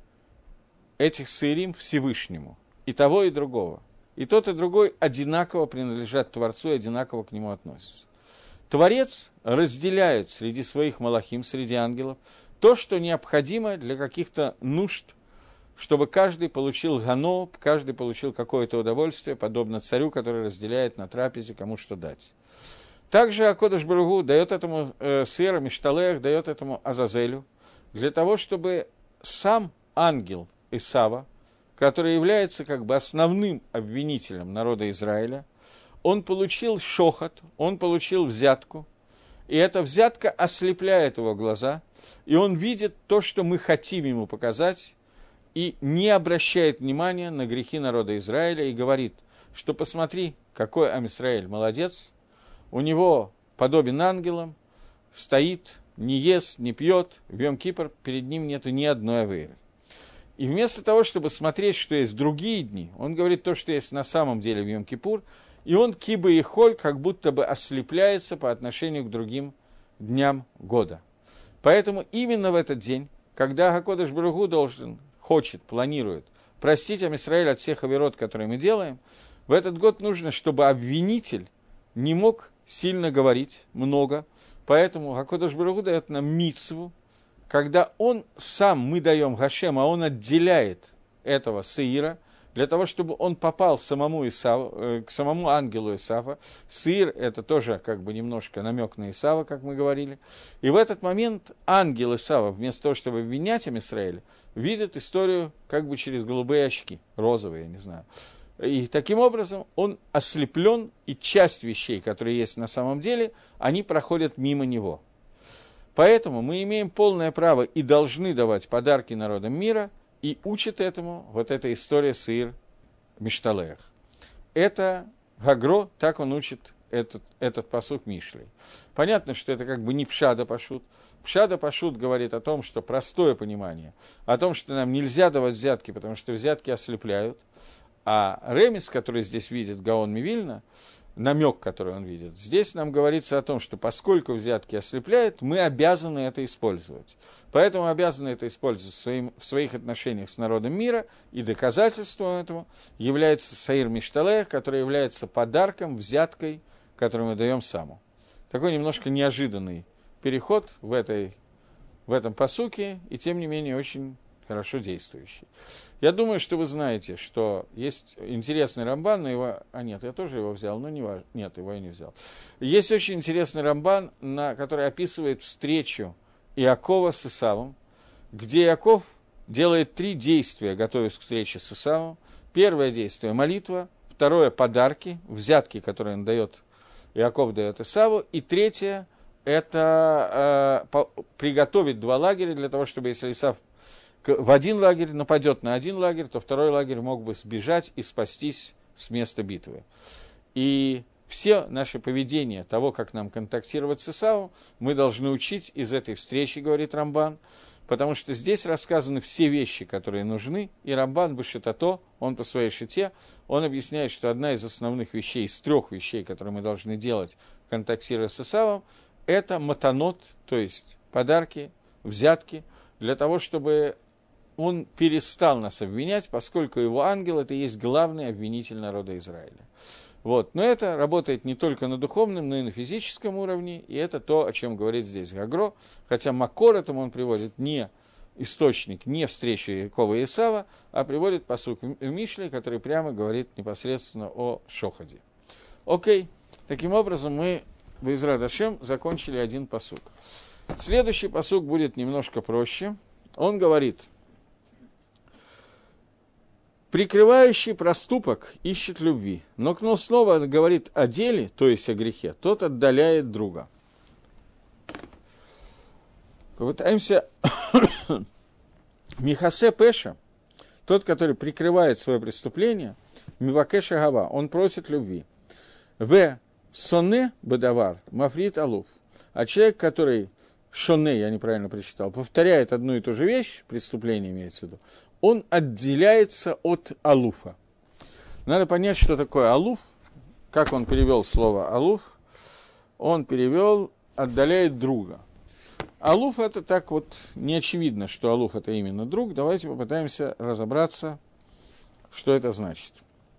этих сеирим Всевышнему, и того, и другого. И тот, и другой одинаково принадлежат Творцу и одинаково к нему относятся. Творец разделяет среди своих малахим, среди ангелов, то, что необходимо для каких-то нужд, чтобы каждый получил гано, каждый получил какое-то удовольствие, подобно царю, который разделяет на трапезе, кому что дать. Также Акодыш Барух Ху дает этому э, Сеиру Мишталех, дает этому Азазелю, для того, чтобы сам ангел Исава, который является как бы основным обвинителем народа Израиля, он получил шохот, он получил взятку, и эта взятка ослепляет его глаза, и он видит то, что мы хотим ему показать, и не обращает внимания на грехи народа Израиля, и говорит, что посмотри, какой Ам Исраэль молодец, у него подобен ангелам, стоит, не ест, не пьет, в Йом-Кипр перед ним нету ни одной авейры. И вместо того, чтобы смотреть, что есть другие дни, он говорит то, что есть на самом деле в Йом-Кипур, и он киба и холь как будто бы ослепляется по отношению к другим дням года. Поэтому именно в этот день, когда Акодыш Барух Ху должен, хочет, планирует простить Ам Исраэль от всех авирот, которые мы делаем, в этот год нужно, чтобы обвинитель не мог сильно говорить, много, поэтому Акодыш Барух Ху дает нам мицву, когда он сам, мы даем Гашем, а он отделяет этого Сеира, для того, чтобы он попал самому Исаву, э, к самому ангелу Исава. Сеир – это тоже как бы немножко намек на Исава, как мы говорили. И в этот момент ангел Исава, вместо того, чтобы обвинять Ам Исраэль, видит историю как бы через голубые очки, розовые, я не знаю. И таким образом он ослеплен, и часть вещей, которые есть на самом деле, они проходят мимо него. Поэтому мы имеем полное право и должны давать подарки народам мира, и учит этому вот эта история Сеир Мишталех. Это Гагро, так он учит этот, этот пасук Мишлей. Понятно, что это как бы не Пшада Пашут. Пшада Пашут говорит о том, что простое понимание, о том, что нам нельзя давать взятки, потому что взятки ослепляют. А Ремес, который здесь видит Гаон Мивильна, намек, который он видит, здесь нам говорится о том, что поскольку взятки ослепляют, мы обязаны это использовать. Поэтому обязаны это использовать в, своим, в своих отношениях с народом мира, и доказательством этого является Сеир Мишталех, который является подарком, взяткой, которую мы даем саму. Такой немножко неожиданный переход в, этой, в этом пасуке, и тем не менее очень хорошо действующий. Я думаю, что вы знаете, что есть интересный Рамбан, но его... А нет, я тоже его взял, но не важно. Нет, его я не взял. Есть очень интересный Рамбан, на... который описывает встречу Иакова с Исавом, где Иаков делает три действия, готовясь к встрече с Исавом. Первое действие – молитва. Второе – подарки, взятки, которые он дает, Иаков дает Исаву. И третье – это э, по... приготовить два лагеря для того, чтобы, если Исав в один лагерь нападет на один лагерь, то второй лагерь мог бы сбежать и спастись с места битвы. И все наше поведение того, как нам контактировать с Исавом, мы должны учить из этой встречи, говорит Рамбан, потому что здесь рассказаны все вещи, которые нужны, и Рамбан Башитато, он по своей шите, он объясняет, что одна из основных вещей, из трех вещей, которые мы должны делать, контактируя с Исавом, это матанот, то есть подарки, взятки, для того, чтобы он перестал нас обвинять, поскольку его ангел – это и есть главный обвинитель народа Израиля. Вот. Но это работает не только на духовном, но и на физическом уровне, и это то, о чем говорит здесь Гагро, хотя макор этому он приводит не источник, не встречу Якова и Исава, а приводит пасук в Мишле, который прямо говорит непосредственно о шохаде. Окей, таким образом мы в Израт Ашем закончили один пасук. Следующий пасук будет немножко проще. Он говорит: прикрывающий проступок ищет любви, но кто снова говорит о деле, то есть о грехе, тот отдаляет друга. Попытаемся. Михасе Пеша, тот, который прикрывает свое преступление, Мивакеша Гава, он просит любви. В Соне Бадавар Мафрит Алуф, а человек, который Шоне, я неправильно прочитал, повторяет одну и ту же вещь, преступление имеется в виду, он отделяется от алуфа. Надо понять, что такое алуф, как он перевел слово алуф. Он перевел «отдаляет друга». Алуф – это так вот не очевидно, что алуф – это именно друг. Давайте попытаемся разобраться, что это значит.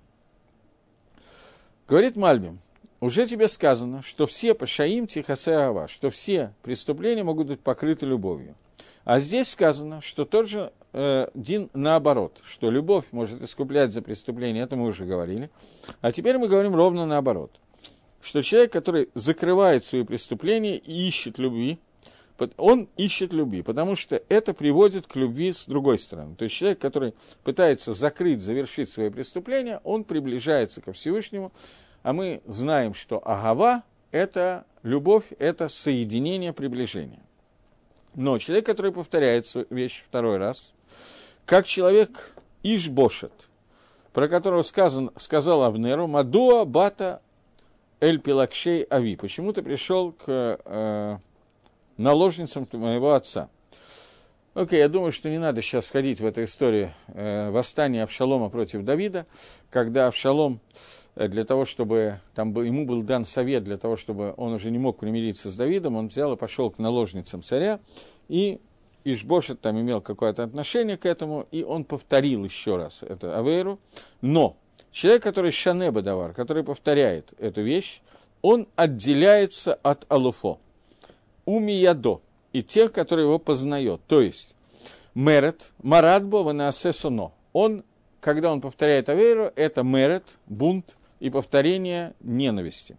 Говорит Мальбим: уже тебе сказано, что все пашаим тихасе ава, что все преступления могут быть покрыты любовью. А здесь сказано, что тот же э, дин наоборот, что любовь может искуплять за преступление, это мы уже говорили. А теперь мы говорим ровно наоборот, что человек, который закрывает свои преступления и ищет любви, он ищет любви, потому что это приводит к любви с другой стороны. То есть человек, который пытается закрыть, завершить свои преступления, он приближается ко Всевышнему, а мы знаем, что агава – это любовь, это соединение, приближение. Но человек, который повторяет свою вещь второй раз, как человек Ишбошет, про которого сказан, сказал Авнеру: «Мадуа бата эль пилакшей ави». Почему ты пришел к э, наложницам моего отца? Окей, я думаю, что не надо сейчас входить в эту историю э, восстания Авшалома против Давида, когда Авшалом для того, чтобы там ему был дан совет, для того, чтобы он уже не мог примириться с Давидом, он взял и пошел к наложницам царя, и Ишбошет там имел какое-то отношение к этому, и он повторил еще раз это авейру. Но человек, который шане бадавар, который повторяет эту вещь, он отделяется от алуфо, умиядо, и тех, которые его познает. То есть мерет, марадбо, ванаасесоно. Он, когда он повторяет авейру, это мерет, бунт, и повторение ненависти.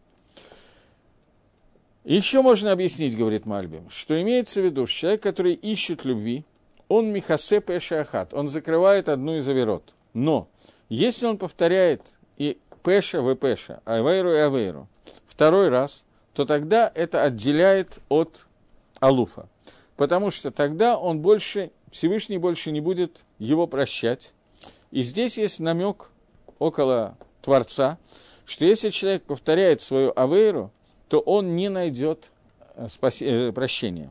Еще можно объяснить, говорит Мальбим, что имеется в виду, что человек, который ищет любви, он михасе пеша ахат, он закрывает одну из аверот. Но если он повторяет и пеша в пеша, авейру и авейру второй раз, то тогда это отделяет от алуфа. Потому что тогда он больше, Всевышний больше не будет его прощать. И здесь есть намек около Творца, что если человек повторяет свою авейру, то он не найдет спаси... прощения.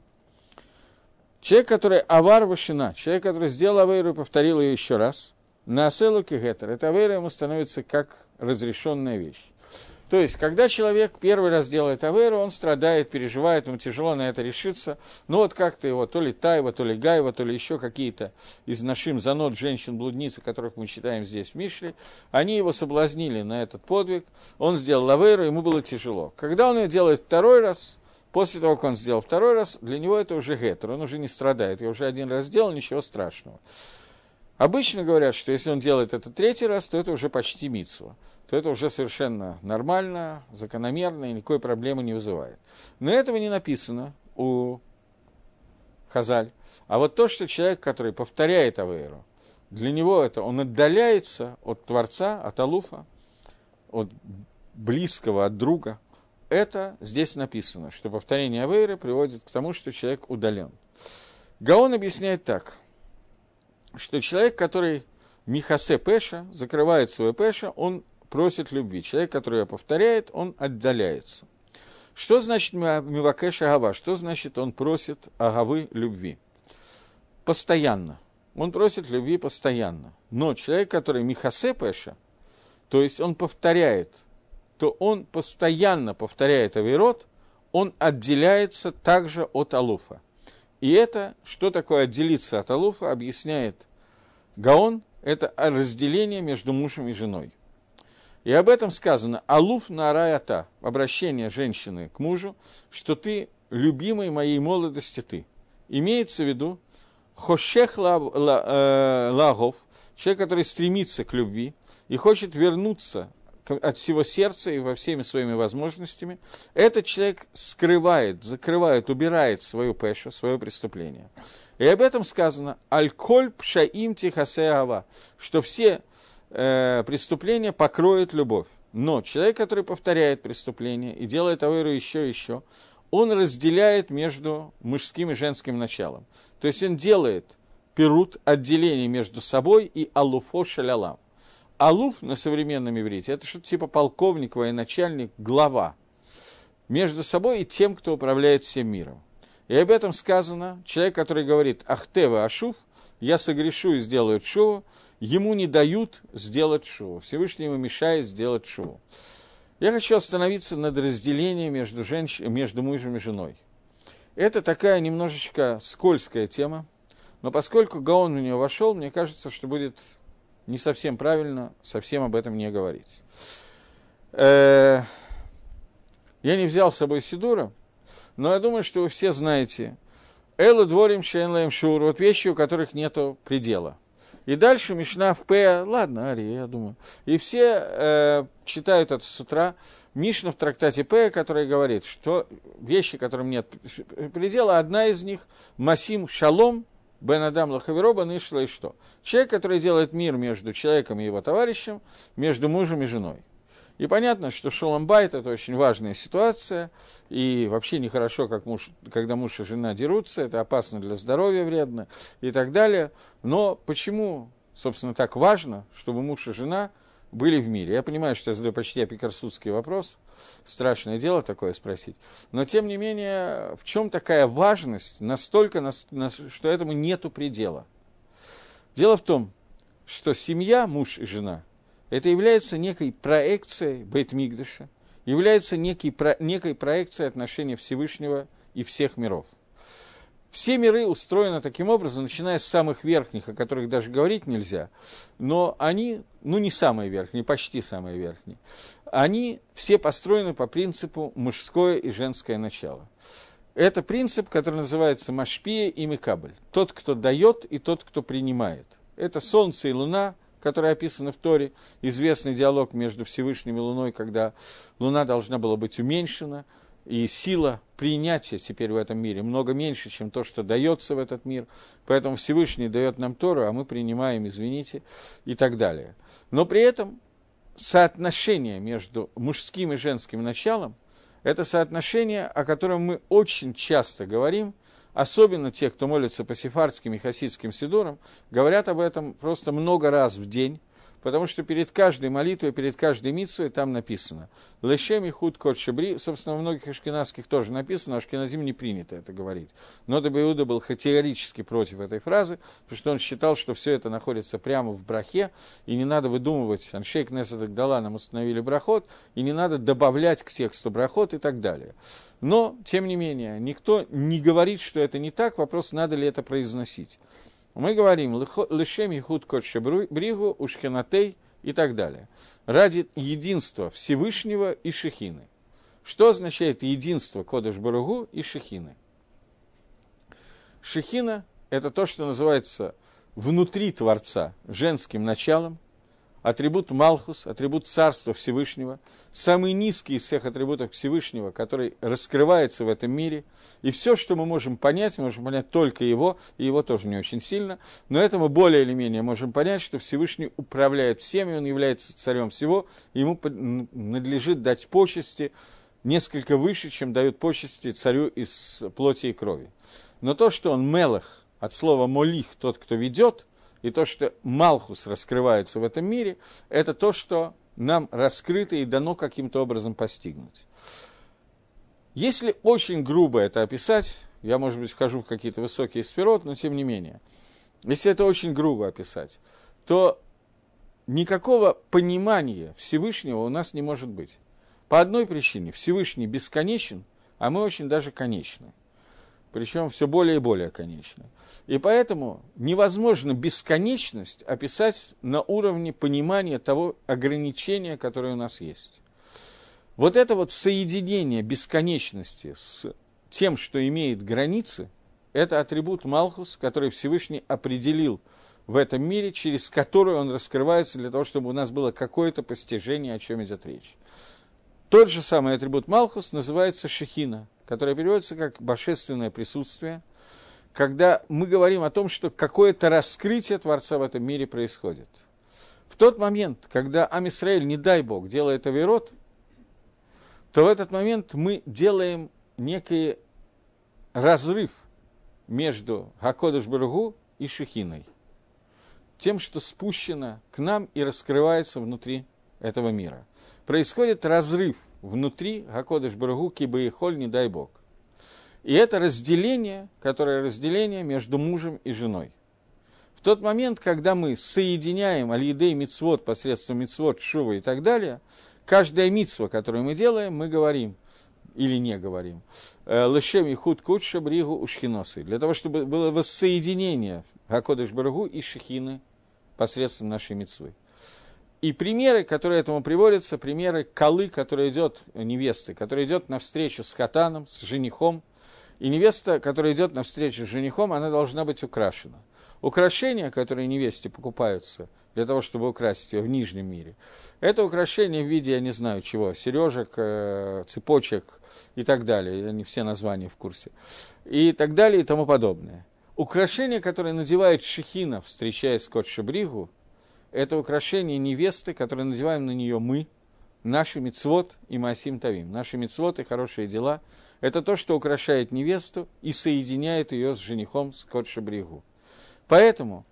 Человек, который авар вашина, человек, который сделал авейру и повторил ее еще раз, на аселу кигетер, эта авейра ему становится как разрешенная вещь. То есть, когда человек первый раз делает авейру, он страдает, переживает, ему тяжело на это решиться. Но вот как-то его, то ли Таева, то ли Гаева, то ли еще какие-то из нашим занод женщин-блудниц, которых мы читаем здесь в Мишле, они его соблазнили на этот подвиг, он сделал авейру, ему было тяжело. Когда он ее делает второй раз, после того, как он сделал второй раз, для него это уже гетер, он уже не страдает, я уже один раз сделал, ничего страшного. Обычно говорят, что если он делает это третий раз, то это уже почти мицва, то это уже совершенно нормально, закономерно и никакой проблемы не вызывает. Но этого не написано у Хазаль. А вот то, что человек, который повторяет авейру, для него это он отдаляется от Творца, от Алуфа, от близкого, от друга, это здесь написано, что повторение авейры приводит к тому, что человек удален. Гаон объясняет так, что человек, который михасе пеша, закрывает свое пеша, он просит любви. Человек, который ее повторяет, он отдаляется. Что значит мивакеш агава? Что значит он просит агавы любви? Постоянно. Он просит любви постоянно. Но человек, который михасе пеша, то есть он повторяет, то он постоянно повторяет авейрот, он отделяется также от алуфа. И это, что такое отделиться от алуфа, объясняет Гаон – это разделение между мужем и женой. И об этом сказано «Алуф наарай-ата» – обращение женщины к мужу, что ты любимый моей молодости ты. Имеется в виду «хошех лагов», человек, который стремится к любви и хочет вернуться от всего сердца и во всеми своими возможностями, этот человек скрывает, закрывает, убирает свою пешу, свое преступление. И об этом сказано «Аль-коль пшаим тихасе ава», что все э, преступления покроют любовь. Но человек, который повторяет преступление и делает авейру еще и еще, он разделяет между мужским и женским началом. То есть он делает пирут, отделение между собой и алуфо шалялам. Алуф на современном иврите – это что-то типа полковник, военачальник, глава. Между собой и тем, кто управляет всем миром. И об этом сказано, человек, который говорит «Ахтева ашув», «Я согрешу и сделаю шуву», ему не дают сделать шуву. Всевышний ему мешает сделать шуву. Я хочу остановиться над разделением между, женщ... между мужем и женой. Это такая немножечко скользкая тема, но поскольку Гаон в нее вошел, мне кажется, что будет не совсем правильно совсем об этом не говорить. Э-э- я не взял с собой сидура, но я думаю, что вы все знаете «Элу дворим шейн лаим шур», вот вещи, у которых нету предела. И дальше Мишна в П, ладно, Ари, я думаю. И все э, читают это с утра. Мишна в трактате П, который говорит, что вещи, которым нет предела, одна из них Масим Шалом, Бен Адам Лахавероба, Нишла и что? Человек, который делает мир между человеком и его товарищем, между мужем и женой. И понятно, что шолом байт – это очень важная ситуация, и вообще нехорошо, как муж, когда муж и жена дерутся, это опасно для здоровья, вредно и так далее. Но почему, собственно, так важно, чтобы муж и жена были в мире? Я понимаю, что я задаю почти апикарсудский вопрос, страшное дело такое спросить, но тем не менее, в чем такая важность, настолько, что этому нету предела? Дело в том, что семья, муж и жена – это является некой проекцией Бейт-Микдаша, является некой, про, некой проекцией отношения Всевышнего и всех миров. Все миры устроены таким образом, начиная с самых верхних, о которых даже говорить нельзя, но они, ну не самые верхние, почти самые верхние, они все построены по принципу мужское и женское начало. Это принцип, который называется Машпия и Микабль, тот, кто дает и тот, кто принимает. Это солнце и луна, который описан в Торе, известный диалог между Всевышним и Луной, когда Луна должна была быть уменьшена, и сила принятия теперь в этом мире много меньше, чем то, что дается в этот мир. Поэтому Всевышний дает нам Тору, а мы принимаем, извините, и так далее. Но при этом соотношение между мужским и женским началом – это соотношение, о котором мы очень часто говорим, особенно те, кто молится по сефардским и хасидским сидурам, говорят об этом просто много раз в день, потому что перед каждой молитвой, перед каждой митцвой там написано «Лешем и худ кот шебри». Собственно, в многих ашкеназских тоже написано, а ашкеназим не принято это говорить. Но Раби Иуда был категорически против этой фразы, потому что он считал, что все это находится прямо в брахе, и не надо выдумывать, Аншей Кнессет Агдала нам установили брахот, и не надо добавлять к тексту брахот и так далее. Но, тем не менее, никто не говорит, что это не так, вопрос, надо ли это произносить. Мы говорим «Лешем ихуд кот шебригу, ушхенатей» и так далее. Ради единства Всевышнего и Шехины. Что означает единство Кодеш Баругу и Шехины? Шехина – это то, что называется внутри Творца женским началом, атрибут Малхус, атрибут Царства Всевышнего, самый низкий из всех атрибутов Всевышнего, который раскрывается в этом мире. И все, что мы можем понять, мы можем понять только его, и его тоже не очень сильно, но это мы более или менее можем понять, что Всевышний управляет всем, и он является царем всего, и ему надлежит дать почести несколько выше, чем дают почести царю из плоти и крови. Но то, что он мелах, от слова молих, тот, кто ведет, и то, что Малхус раскрывается в этом мире, это то, что нам раскрыто и дано каким-то образом постигнуть. Если очень грубо это описать, я, может быть, вхожу в какие-то высокие сферот, но тем не менее, если это очень грубо описать, то никакого понимания Всевышнего у нас не может быть. По одной причине: Всевышний бесконечен, а мы очень даже конечны. причем все более и более конечное. И поэтому невозможно бесконечность описать на уровне понимания того ограничения, которое у нас есть. Вот это вот соединение бесконечности с тем, что имеет границы, это атрибут Малхус, который Всевышний определил в этом мире, через который он раскрывается для того, чтобы у нас было какое-то постижение, о чем идет речь. Тот же самый атрибут Малхус называется Шехина, который переводится как божественное присутствие, когда мы говорим о том, что какое-то раскрытие Творца в этом мире происходит. В тот момент, когда Ам Исраэль, не дай Бог, делает авейрот, то в этот момент мы делаем некий разрыв между Гакодеш Барух Ху и Шехиной, тем, что спущено к нам и раскрывается внутри этого мира. Происходит разрыв внутри Гакодеш Барух Ху, кибо и холь, не дай Бог. И это разделение, которое разделение между мужем и женой. В тот момент, когда мы соединяем аль-идей мицвот посредством мицвот, шува и так далее, каждая мицва, которую мы делаем, мы говорим, или не говорим, «Лешем ихуд кудша бригу ушхиносы», для того, чтобы было воссоединение Гакодеш Барух Ху и Шехины посредством нашей мицвы. И примеры, которые этому приводятся, примеры колы, которая идет, невесты, которая идет навстречу с хатаном, с женихом. И невеста, которая идет навстречу с женихом, она должна быть украшена. Украшения, которые невесте покупаются для того, чтобы украсить ее в нижнем мире, это украшения в виде, я не знаю чего, сережек, цепочек и так далее. Они все названия в курсе. И так далее и тому подобное. Украшения, которые надевает Шехина, встречаясь с Кодшей Бригу, это украшение невесты, которые надеваем на нее мы, наши мицвот и маасим тавим. Наши мицвот и хорошие дела – это то, что украшает невесту и соединяет ее с женихом, с Кодшей Бригу. Поэтому,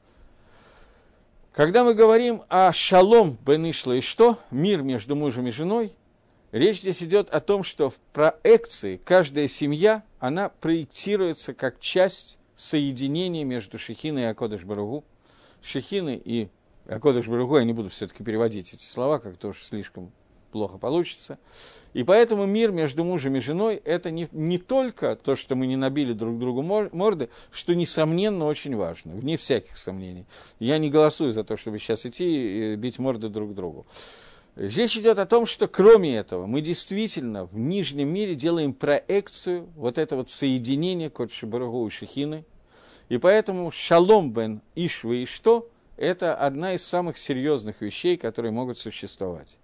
когда мы говорим о шалом бен ишла и что, мир между мужем и женой, речь здесь идет о том, что в проекции каждая семья, она проектируется как часть соединения между Шехиной и Акодеш Барух Ху. Шехины и Акодеш Барух Ху, я не буду все-таки переводить эти слова, как-то уж слишком плохо получится. И поэтому мир между мужем и женой – это не, не только то, что мы не набили друг другу морды, что, несомненно, очень важно, вне всяких сомнений. Я не голосую за то, чтобы сейчас идти и бить морды друг другу. Речь идет о том, что кроме этого мы действительно в нижнем мире делаем проекцию вот этого вот соединения Кодши Барух Ху и Шехины. И поэтому шалом бен ишвы и что – это одна из самых серьезных вещей, которые могут существовать.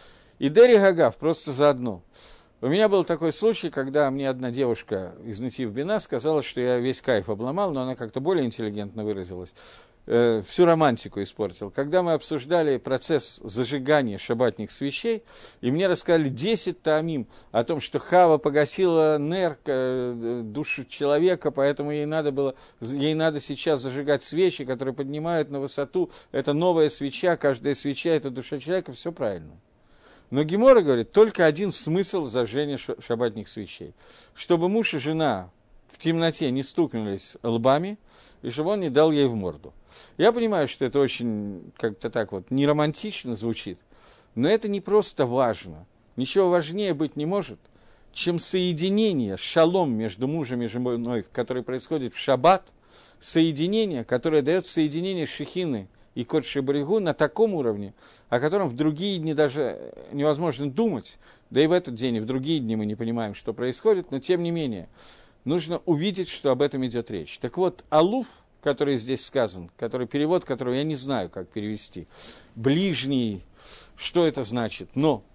И Дери Гагав просто заодно. У меня был такой случай, когда мне одна девушка из Нетив Бина сказала, что я весь кайф обломал, но она как-то более интеллигентно выразилась, э, всю романтику испортил. Когда мы обсуждали процесс зажигания шаббатных свечей, и мне рассказали десять таамим о том, что Хава погасила нер, э, душу человека, поэтому ей надо было, ей надо сейчас зажигать свечи, которые поднимают на высоту. Это новая свеча, каждая свеча – это душа человека, все правильно. Но Гемора говорит, только один смысл зажжения шаббатных свечей. Чтобы муж и жена в темноте не стукнулись лбами, и чтобы он не дал ей в морду. Я понимаю, что это очень как-то так вот не романтично звучит, но это не просто важно. Ничего важнее быть не может, чем соединение, шалом между мужем и женой, которое происходит в шаббат, соединение, которое дает соединение Шехины и Кодши Барух Ху на таком уровне, о котором в другие дни даже невозможно думать, да и в этот день, и в другие дни мы не понимаем, что происходит, но тем не менее, нужно увидеть, что об этом идет речь. Так вот, алуф, который здесь сказан, который, перевод которого я не знаю, как перевести, ближний, что это значит, но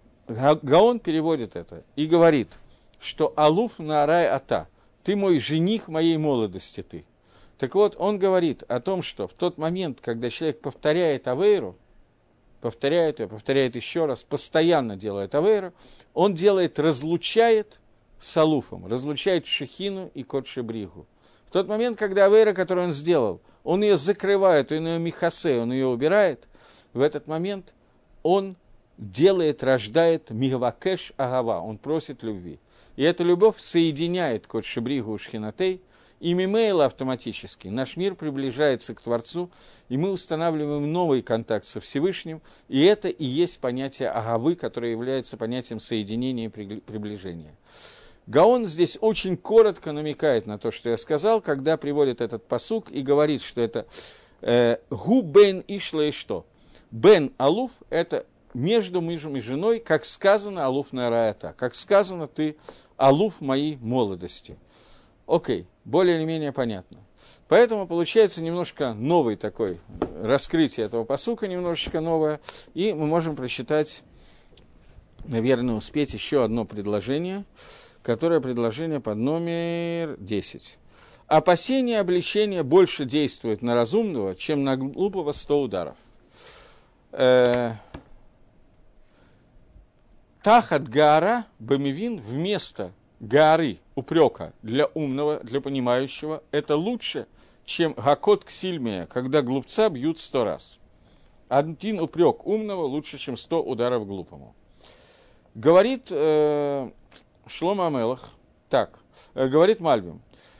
Гаон переводит это и говорит, что алуф на арай ата, ты мой жених моей молодости ты. Так вот, он говорит о том, что в тот момент, когда человек повторяет авейру, повторяет ее, повторяет еще раз, постоянно делает авейру, он делает, разлучает с алуфом, разлучает Шехину и Кодши Бригу. В тот момент, когда авейра, которую он сделал, он ее закрывает, он ее михасе, он ее убирает, в этот момент он делает, рождает мигавакеш агава, он просит любви. И эта любовь соединяет Кодши Бригу и Шхинатей, и мимейла автоматически. Наш мир приближается к Творцу, и мы устанавливаем новый контакт со Всевышним, и это и есть понятие агавы, которое является понятием соединения и приближения. Гаон здесь очень коротко намекает на то, что я сказал, когда приводит этот пасук и говорит, что это «гу бен ишла и что». Бен алуф – это между мужем и женой, как сказано алуф на раята, как сказано ты алуф моей молодости. Окей, более или менее понятно. Поэтому получается немножко новый такой раскрытие этого пасука, немножечко новое, и мы можем прочитать, наверное, успеть еще одно предложение, которое предложение под номер десять. Опасение и обличение больше действует на разумного, чем на глупого сто ударов. Э, Тахат гара бамивин вместо гары, упрека для умного, для понимающего, это лучше, чем гакот ксильмия, когда глупца бьют сто раз. Один упрек умного лучше, чем сто ударов глупому. Говорит э, Шломо Амелах, так, э, говорит Мальбим,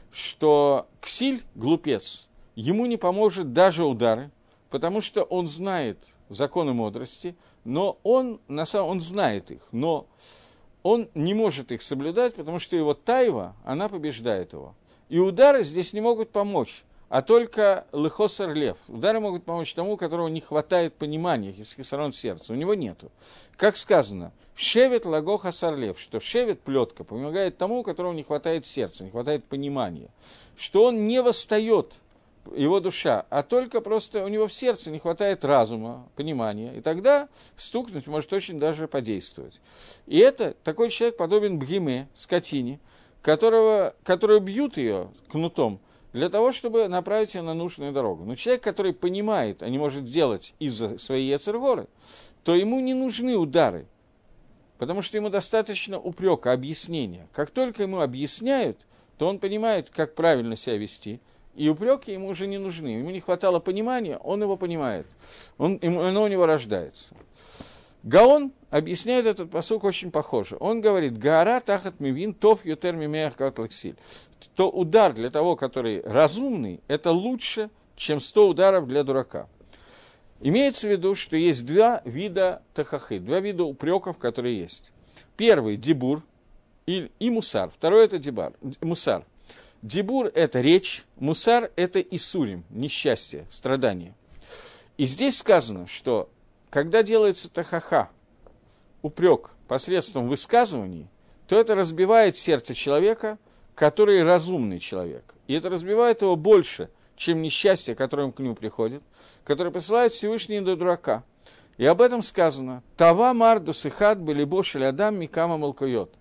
что ксиль, глупец, ему не поможет даже удары, потому что он знает законы мудрости, но он, на самом, он знает их, но он не может их соблюдать, потому что его тайва, она побеждает его. И удары здесь не могут помочь, а только лыхосар лев. Удары могут помочь тому, у которого не хватает понимания, из хисарон сердца, у него нету. Как сказано, шевет лаго хасар лев, что шевет, плетка, помогает тому, у которого не хватает сердца, не хватает понимания, что он не восстает, его душа, а только просто у него в сердце не хватает разума, понимания, и тогда стукнуть может очень даже подействовать. И это такой человек подобен бгиме, скотине, которого, которую бьют ее кнутом для того, чтобы направить ее на нужную дорогу. Но человек, который понимает, а не может сделать из-за своей яцер-горы, то ему не нужны удары, потому что ему достаточно упрека, объяснения. Как только ему объясняют, то он понимает, как правильно себя вести, и упреки ему уже не нужны. Ему не хватало понимания, он его понимает. Он, оно у него рождается. Гаон объясняет этот пасук очень похоже. Он говорит, «Гаара тахат мивин тов ютер мимеях катлаксиль». То удар для того, который разумный, это лучше, чем сто ударов для дурака. Имеется в виду, что есть два вида тахахи, два вида упреков, которые есть. Первый – дибур и, и мусар. Второй – это дибар, мусар. Дибур – это речь, мусар – это исурим, несчастье, страдание. И здесь сказано, что когда делается тахаха, упрек посредством высказываний, то это разбивает сердце человека, который разумный человек. И это разбивает его больше, чем несчастье, которое к нему приходит, которое посылает Всевышний до дурака. И об этом сказано «Тава марду сихат белибо шелядам микама малкойот».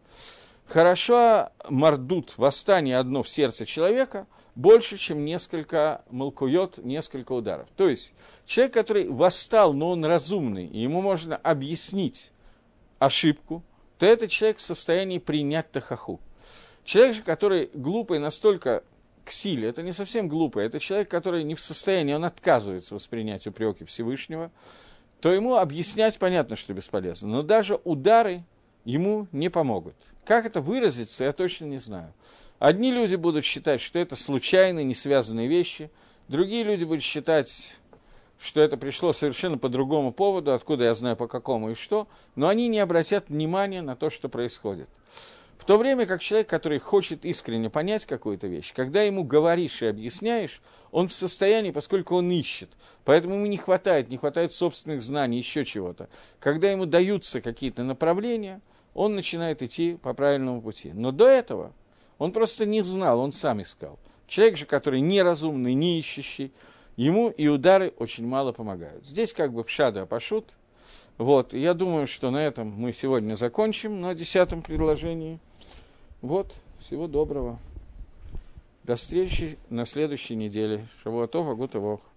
Хорошо мардут, восстание одно в сердце человека, больше, чем несколько малкуйот, несколько ударов. То есть, человек, который восстал, но он разумный, и ему можно объяснить ошибку, то этот человек в состоянии принять тахаху. Человек же, который глупый настолько к силе, это не совсем глупый, это человек, который не в состоянии, он отказывается воспринять упреки Всевышнего, то ему объяснять понятно, что бесполезно. Но даже удары ему не помогут. Как это выразиться, я точно не знаю. Одни люди будут считать, что это случайные, не связанные вещи. Другие люди будут считать, что это пришло совершенно по другому поводу, откуда я знаю, по какому и что. Но они не обратят внимания на то, что происходит. В то время как человек, который хочет искренне понять какую-то вещь, когда ему говоришь и объясняешь, он в состоянии, поскольку он ищет, поэтому ему не хватает, не хватает собственных знаний, еще чего-то. Когда ему даются какие-то направления, он начинает идти по правильному пути. Но до этого он просто не знал, он сам искал. Человек же, который неразумный, не ищущий, ему и удары очень мало помогают. Здесь как бы пшада пашут. Вот, я думаю, что на этом мы сегодня закончим, на десятом предложении. Вот, всего доброго. До встречи на следующей неделе. Шавуа тов, агу товох.